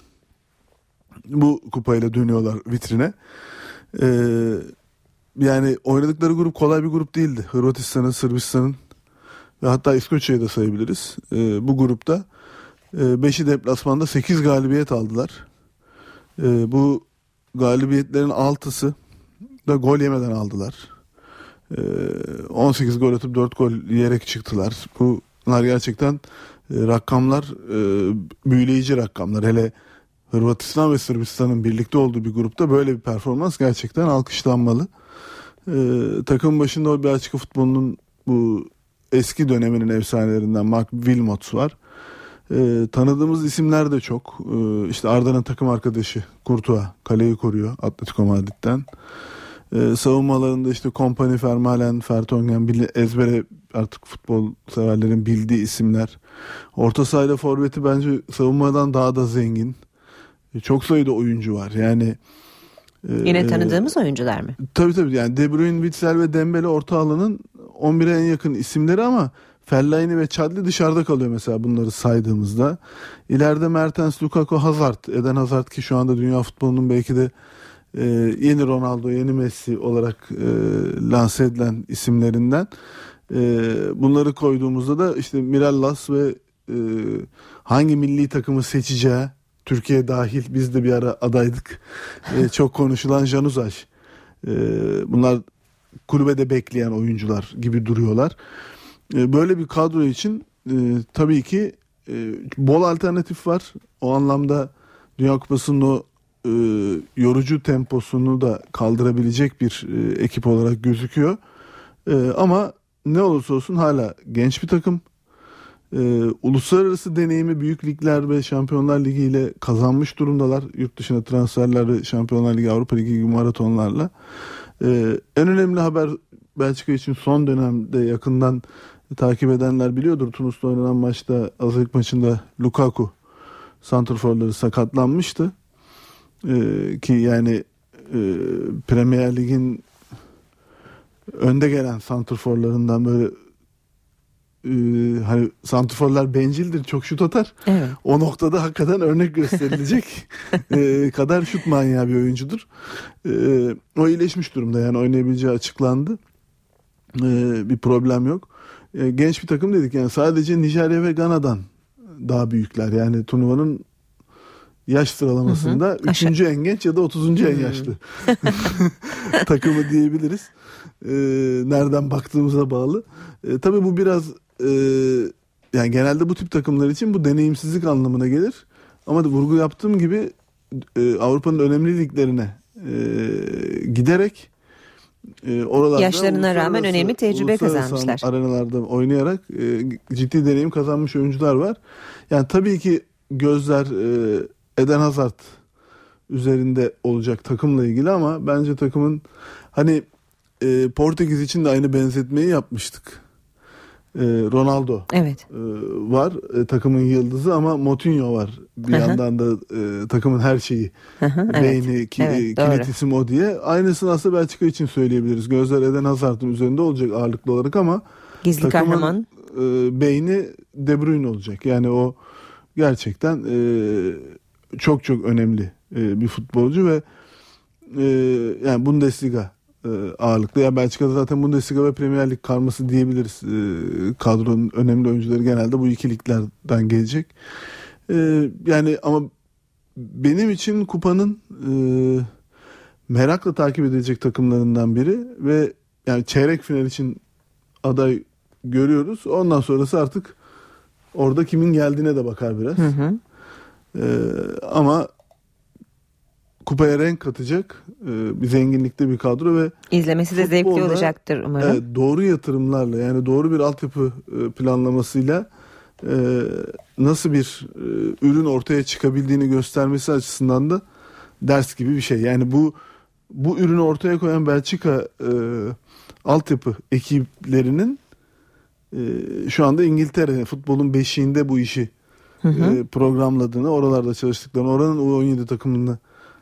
Bu kupayla dönüyorlar vitrine. Yani oynadıkları grup kolay bir grup değildi. Hırvatistan'ın, Sırbistan'ın ve hatta İskoçya'yı da sayabiliriz. Bu grupta 5'i deplasmanda 8 galibiyet aldılar. Bu galibiyetlerin 6'sı da gol yemeden aldılar. 18 gol atıp 4 gol yiyerek çıktılar. Bunlar gerçekten rakamlar, büyüleyici rakamlar. Hele Hırvatistan ve Sırbistan'ın birlikte olduğu bir grupta böyle bir performans gerçekten alkışlanmalı. Takımın başında o Belçika futbolunun bu eski döneminin efsanelerinden Mark Wilmots var. Tanıdığımız isimler de çok. İşte Arda'nın takım arkadaşı Courtois kaleyi koruyor Atletico Madrid'den. Savunmalarında işte Kompany, Vermaelen, Vertonghen, ezbere artık futbol severlerin bildiği isimler. Orta sahayla forveti bence savunmadan daha da zengin. Çok sayıda oyuncu var. Yani yine tanıdığımız oyuncular mı? Tabii yani De Bruyne, Witsel ve Dembele orta alanın 11'e en yakın isimleri ama Fellaini ve Chadli dışarıda kalıyor mesela bunları saydığımızda. İleride Mertens, Lukaku, Hazard, Eden Hazard ki şu anda dünya futbolunun belki de yeni Ronaldo, yeni Messi olarak lanse edilen isimlerinden. Bunları koyduğumuzda da işte Mirallas ve hangi milli takımı seçeceği, Türkiye dahil biz de bir ara adaydık. Çok konuşulan Januzaj. Bunlar kulübede bekleyen oyuncular gibi duruyorlar. Böyle bir kadro için tabii ki bol alternatif var. O anlamda Dünya Kupası'nın o yorucu temposunu da kaldırabilecek bir ekip olarak gözüküyor. Ama ne olursa olsun hala genç bir takım. Uluslararası deneyimi büyük ligler ve Şampiyonlar Ligi ile kazanmış durumdalar. Yurt dışına transferler ve Şampiyonlar Ligi, Avrupa Ligi gibi maratonlarla. En önemli haber Belçika için son dönemde yakından takip edenler biliyordur. Tunus'ta oynanan maçta, hazırlık maçında Lukaku santrforları sakatlanmıştı. Ki yani Premier Lig'in önde gelen santrforlarından böyle hani santrforlar bencildir, çok şut atar. Evet. O noktada hakikaten örnek gösterilecek kadar şut manyağı bir oyuncudur. O iyileşmiş durumda, yani oynayabileceği açıklandı. Bir problem yok. Genç bir takım dedik, yani sadece Nijerya ve Gana'dan daha büyükler. Yani turnuvanın yaş sıralamasında 3. en genç ya da 30. en yaşlı takımı diyebiliriz. Nereden baktığımıza bağlı. Tabii bu biraz yani genelde bu tip takımlar için bu deneyimsizlik anlamına gelir. Ama da vurgu yaptığım gibi Avrupa'nın önemli liglerine giderek oralarda yaşlarına rağmen önemli tecrübe kazanmışlar. Arenalarda oynayarak ciddi deneyim kazanmış oyuncular var. Yani tabii ki gözler Eden Hazard üzerinde olacak takımla ilgili ama bence takımın hani Portekiz için de aynı benzetmeyi yapmıştık. Ronaldo evet. Var takımın yıldızı ama Moutinho var bir yandan da takımın her şeyi beyni kilit isim o diye. Aynısını aslında Belçika için söyleyebiliriz. Gözler Eden Hazard'ın üzerinde olacak ağırlıklı olarak ama gizli kahraman beyni De Bruyne olacak. Yani o gerçekten çok çok önemli bir futbolcu ve yani Bundesliga ağırlıklı. Yani Belçika'da zaten Bundesliga ve Premier Lig karması diyebiliriz. Kadronun önemli oyuncuları genelde bu iki liglerden gelecek. Yani ama benim için kupanın merakla takip edilecek takımlarından biri ve yani çeyrek final için aday görüyoruz. Ondan sonrası artık orada kimin geldiğine de bakar biraz. Ama kupaya renk katacak bir zenginlikte bir kadro ve izlemesi de zevkli olacaktır umarım. Doğru yatırımlarla, yani doğru bir altyapı planlamasıyla nasıl bir ürün ortaya çıkabildiğini göstermesi açısından da ders gibi bir şey. Yani bu ürünü ortaya koyan Belçika altyapı ekiplerinin şu anda İngiltere futbolun beşiğinde bu işi programladığını, oralarda çalıştıklarını, oranın U17 takımında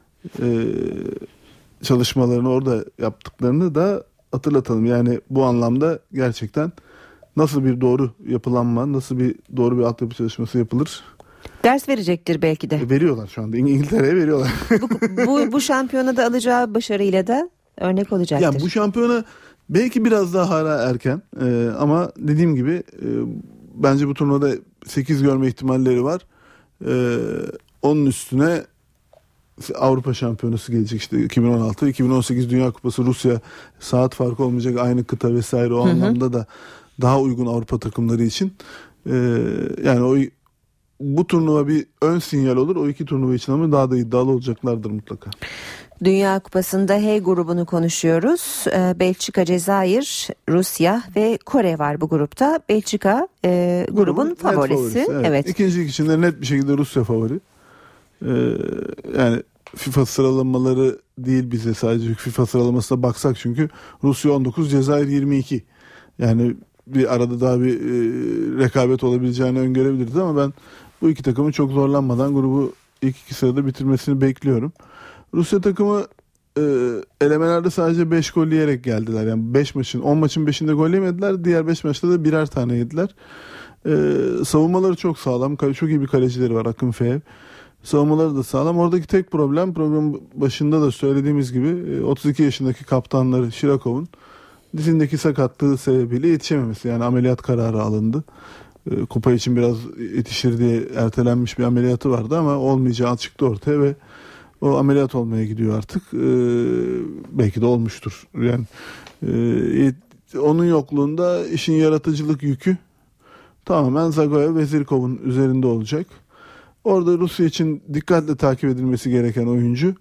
çalışmalarını orada yaptıklarını da hatırlatalım. Yani bu anlamda gerçekten nasıl bir doğru yapılanma, nasıl bir doğru bir altyapı çalışması yapılır? Ders verecektir belki de. Veriyorlar şu anda. İngiltere'ye veriyorlar. bu şampiyonada alacağı başarıyla da örnek olacaktır. Yani bu şampiyona belki biraz daha hala erken ama dediğim gibi bence bu turnuvada 8 görme ihtimalleri var. Onun üstüne Avrupa Şampiyonası gelecek işte 2016, 2018 Dünya Kupası, Rusya, saat farkı olmayacak, aynı kıta vesaire, o anlamda da daha uygun Avrupa takımları için. Yani bu turnuva bir ön sinyal olur. O iki turnuva için ama daha da iddialı olacaklardır mutlaka. Dünya Kupası'nda H grubunu konuşuyoruz. Belçika, Cezayir, Rusya ve Kore var bu grupta. Belçika grubun favorisi. Evet. İkincilik içinde net bir şekilde Rusya favori. Yani FIFA sıralamaları değil bize, sadece FIFA sıralamasına baksak çünkü Rusya 19, Cezayir 22. Yani bir arada daha bir rekabet olabileceğini öngörebiliriz ama ben bu iki takımın çok zorlanmadan grubu ilk iki sırada bitirmesini bekliyorum. Rusya takımı elemelerde sadece 5 gol yiyerek geldiler. Yani 10 maçın 5'inde gol yemediler. Diğer 5 maçta da birer tane yediler. Savunmaları çok sağlam. Çok iyi bir kalecileri var, Akın Feyev. Savunmaları da sağlam. Oradaki tek problem, programın başında da söylediğimiz gibi 32 yaşındaki kaptanları Şirakov'un dizindeki sakatlığı sebebiyle yetişememesi. Yani ameliyat kararı alındı. Kupa için biraz yetişir diye ertelenmiş bir ameliyatı vardı ama olmayacağı çıktı ortaya ve o ameliyat olmaya gidiyor artık. Belki de olmuştur. Yani onun yokluğunda işin yaratıcılık yükü tamamen Zagoyev ve Zirkov'un üzerinde olacak. Orada Rusya için dikkatle takip edilmesi gereken oyuncu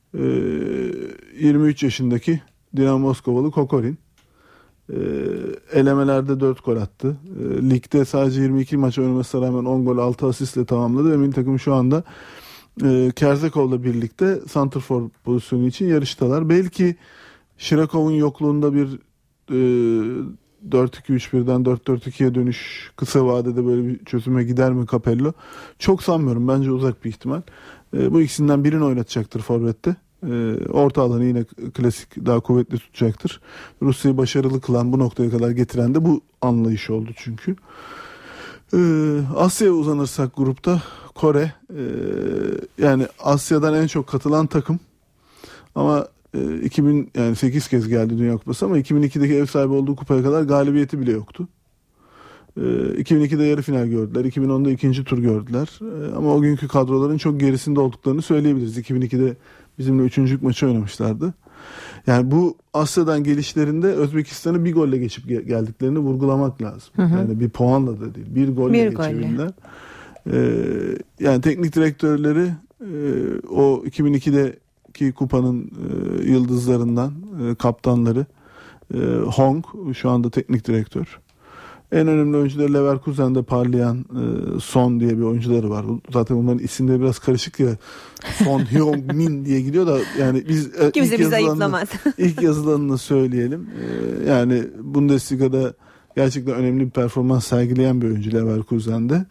23 yaşındaki Dinamo Moskovalı Kokorin. Elemelerde 4 gol attı. Ligde sadece 22 maç oynamasına rağmen 10 gol 6 asistle tamamladı ve milli takım şu anda Kerzekov'la birlikte santrfor pozisyonu için yarıştalar. Belki Şirakov'un yokluğunda bir 4-2-3-1'den 4-4-2'ye dönüş kısa vadede böyle bir çözüme gider mi Capello? Çok sanmıyorum. Bence uzak bir ihtimal. Bu ikisinden birini oynatacaktır forvette. Orta alanı yine klasik, daha kuvvetli tutacaktır. Rusya'yı başarılı kılan, bu noktaya kadar getiren de bu anlayış oldu çünkü. Asya'ya uzanırsak grupta Kore, yani Asya'dan en çok katılan takım ama 8 kez geldi Dünya Kupası ama 2002'deki ev sahibi olduğu kupaya kadar galibiyeti bile yoktu. 2002'de yarı final gördüler. 2010'da ikinci tur gördüler. Ama o günkü kadroların çok gerisinde olduklarını söyleyebiliriz. 2002'de bizimle üçüncülük maçı oynamışlardı. Yani bu Asya'dan gelişlerinde Özbekistan'ı bir golle geçip geldiklerini vurgulamak lazım. Hı hı. Yani bir puanla da değil. Bir golle geçebildiler. Yani teknik direktörleri o 2002'deki kupanın yıldızlarından, kaptanları Hong şu anda teknik direktör. En önemli oyuncuları Leverkusen'de parlayan Son diye bir oyuncuları var. Zaten onların isimleri biraz karışık ya. Son Heung-min diye gidiyor da yani biz kimse bizi ayıplamaz. İlk yazılanını söyleyelim. Yani Bundesliga'da gerçekten önemli bir performans sergileyen bir oyuncu Leverkusen'de.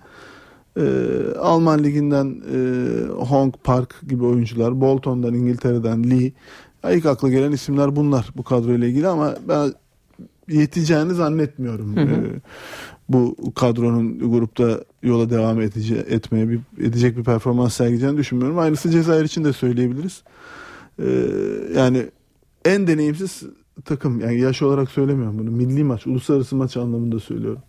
Alman liginden Hong Park gibi oyuncular, Bolton'dan, İngiltere'den Lee. İlk akla gelen isimler bunlar bu kadroyla ilgili ama ben yeteceğini zannetmiyorum. Hı hı. Bu kadronun grupta yola devam edecek bir performans sergileyeceğini düşünmüyorum. Aynısı Cezayir için de söyleyebiliriz. Yani en deneyimsiz takım, yani yaş olarak söylemiyorum bunu. Milli maç, uluslararası maç anlamında söylüyorum.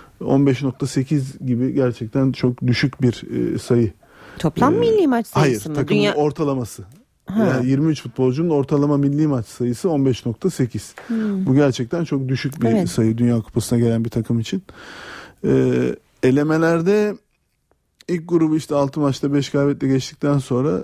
15.8 gibi gerçekten çok düşük bir sayı. Toplam milli maç sayısı mı? Hayır, takımın ortalaması. Yani 23 futbolcunun ortalama milli maç sayısı 15.8. Bu gerçekten çok düşük bir sayı Dünya Kupası'na gelen bir takım için. Elemelerde ilk grubu işte 6 maçta 5 galibiyetle geçtikten sonra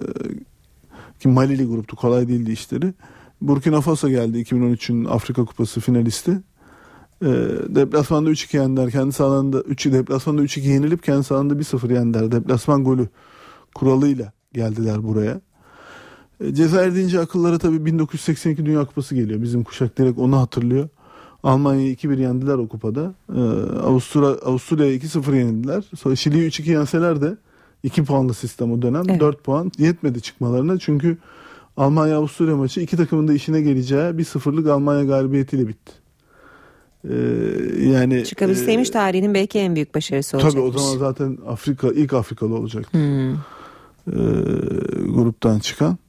ki Malili gruptu, kolay değildi işleri. Burkina Faso geldi, 2013'ün Afrika Kupası finalisti. Deplasmanda 3-2 yendiler. Kendi sahalarında deplasmanda 3-2 yenilip kendi sahalarında 1-0 yendiler. Deplasman golü kuralıyla geldiler buraya. Cezayir deyince akıllara tabii 1982 Dünya Kupası geliyor. Bizim kuşak direkt onu hatırlıyor. Almanya'yı 2-1 yendiler o kupada. Avusturya'ya 2-0 yenildiler. Sonra Şili'yi 3-2 yenseler de 2 puanlı sistem o dönem. 4 puan yetmedi çıkmalarına. Çünkü Almanya-Avusturya maçı iki takımın da işine geleceği 1-0'lık Almanya galibiyetiyle bitti. Yani çıkabilseymiş tarihinin belki en büyük başarısı olacakmış. Tabii o zaman zaten ilk Afrikalı olacaktı. Gruptan çıkan.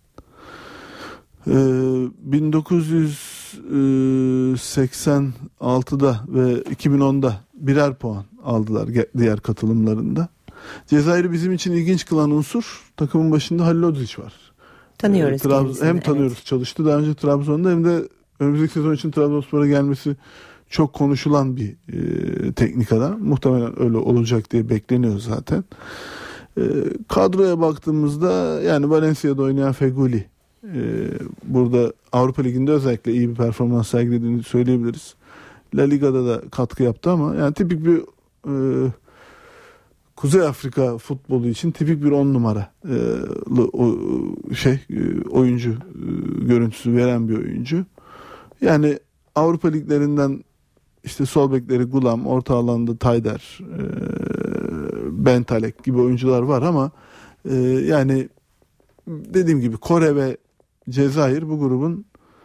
1986'da ve 2010'da birer puan aldılar diğer katılımlarında. Cezayir'i bizim için ilginç kılan unsur, takımın başında Halil Odzic var. Tanıyoruz hem tanıyoruz, çalıştı daha önce Trabzon'da, hem de önümüzdeki sezon için Trabzonspor'a gelmesi çok konuşulan bir teknik adam. Muhtemelen öyle olacak diye bekleniyor zaten. Kadroya baktığımızda yani Valencia'da oynayan Feguli burada Avrupa Ligi'nde özellikle iyi bir performans sergilediğini söyleyebiliriz. La Liga'da da katkı yaptı ama yani tipik bir Kuzey Afrika futbolu için tipik bir 10 numara oyuncu görüntüsü veren bir oyuncu. Yani Avrupa liglerinden işte sol bekleri Gulam, orta alanda Tayder, Bentalek gibi oyuncular var ama yani dediğim gibi Kore ve Cezayir bu grubun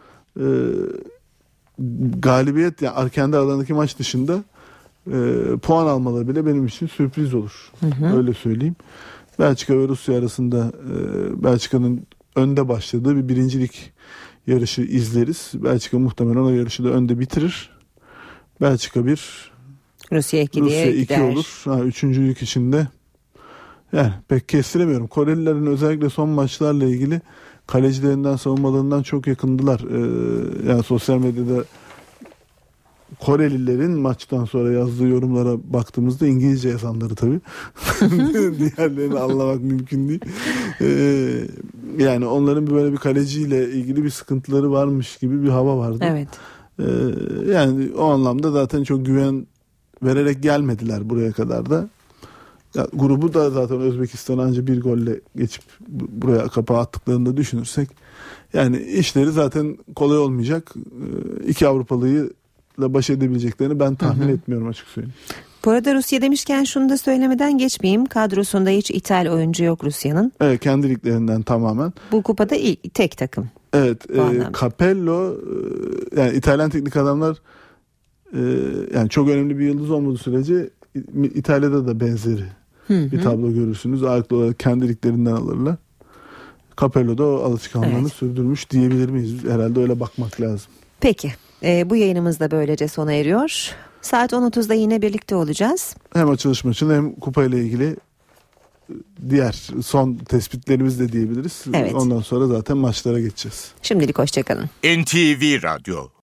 galibiyet, yani kendi aralarındaki maç dışında puan almaları bile benim için sürpriz olur. Öyle söyleyeyim. Belçika ve Rusya arasında Belçika'nın önde başladığı bir birincilik yarışı izleriz. Belçika muhtemelen o yarışı da önde bitirir. Belçika 1, Rusya 2 olur. Üçüncülük içinde yani pek kestiremiyorum. Korelilerin özellikle son maçlarla ilgili kalecilerinden, savunmalarından çok yakındılar. Yani sosyal medyada Korelilerin maçtan sonra yazdığı yorumlara baktığımızda, İngilizce yazanları tabii. Diğerlerini anlamak mümkün değil. Yani onların böyle bir kaleciyle ilgili bir sıkıntıları varmış gibi bir hava vardı. Evet. Yani o anlamda zaten çok güven vererek gelmediler buraya kadar da. Ya, grubu da zaten Özbekistan'ı anca bir golle geçip buraya kapağı attıklarını da düşünürsek, yani işleri zaten kolay olmayacak. İki Avrupalıyla baş edebileceklerini ben tahmin etmiyorum, açık söyleyeyim. Bu arada Rusya demişken şunu da söylemeden geçmeyeyim. Kadrosunda hiç İthal oyuncu yok Rusya'nın. Evet, kendi liglerinden tamamen. Bu kupada tek takım. Evet. Capello, yani İtalyan teknik adamlar yani çok önemli bir yıldız olmadığı sürece İtalya'da da benzeri bir tablo görürsünüz. Ağırlıklı olarak kendi liglerinden alırlar. Capello da o alışkanlığını sürdürmüş diyebilir miyiz? Herhalde öyle bakmak lazım. Peki. Bu yayınımız da böylece sona eriyor. Saat 10.30'da yine birlikte olacağız. Hem açılış maçını hem kupayla ilgili diğer son tespitlerimiz de diyebiliriz. Evet. Ondan sonra zaten maçlara geçeceğiz. Şimdilik hoşçakalın. NTV Radyo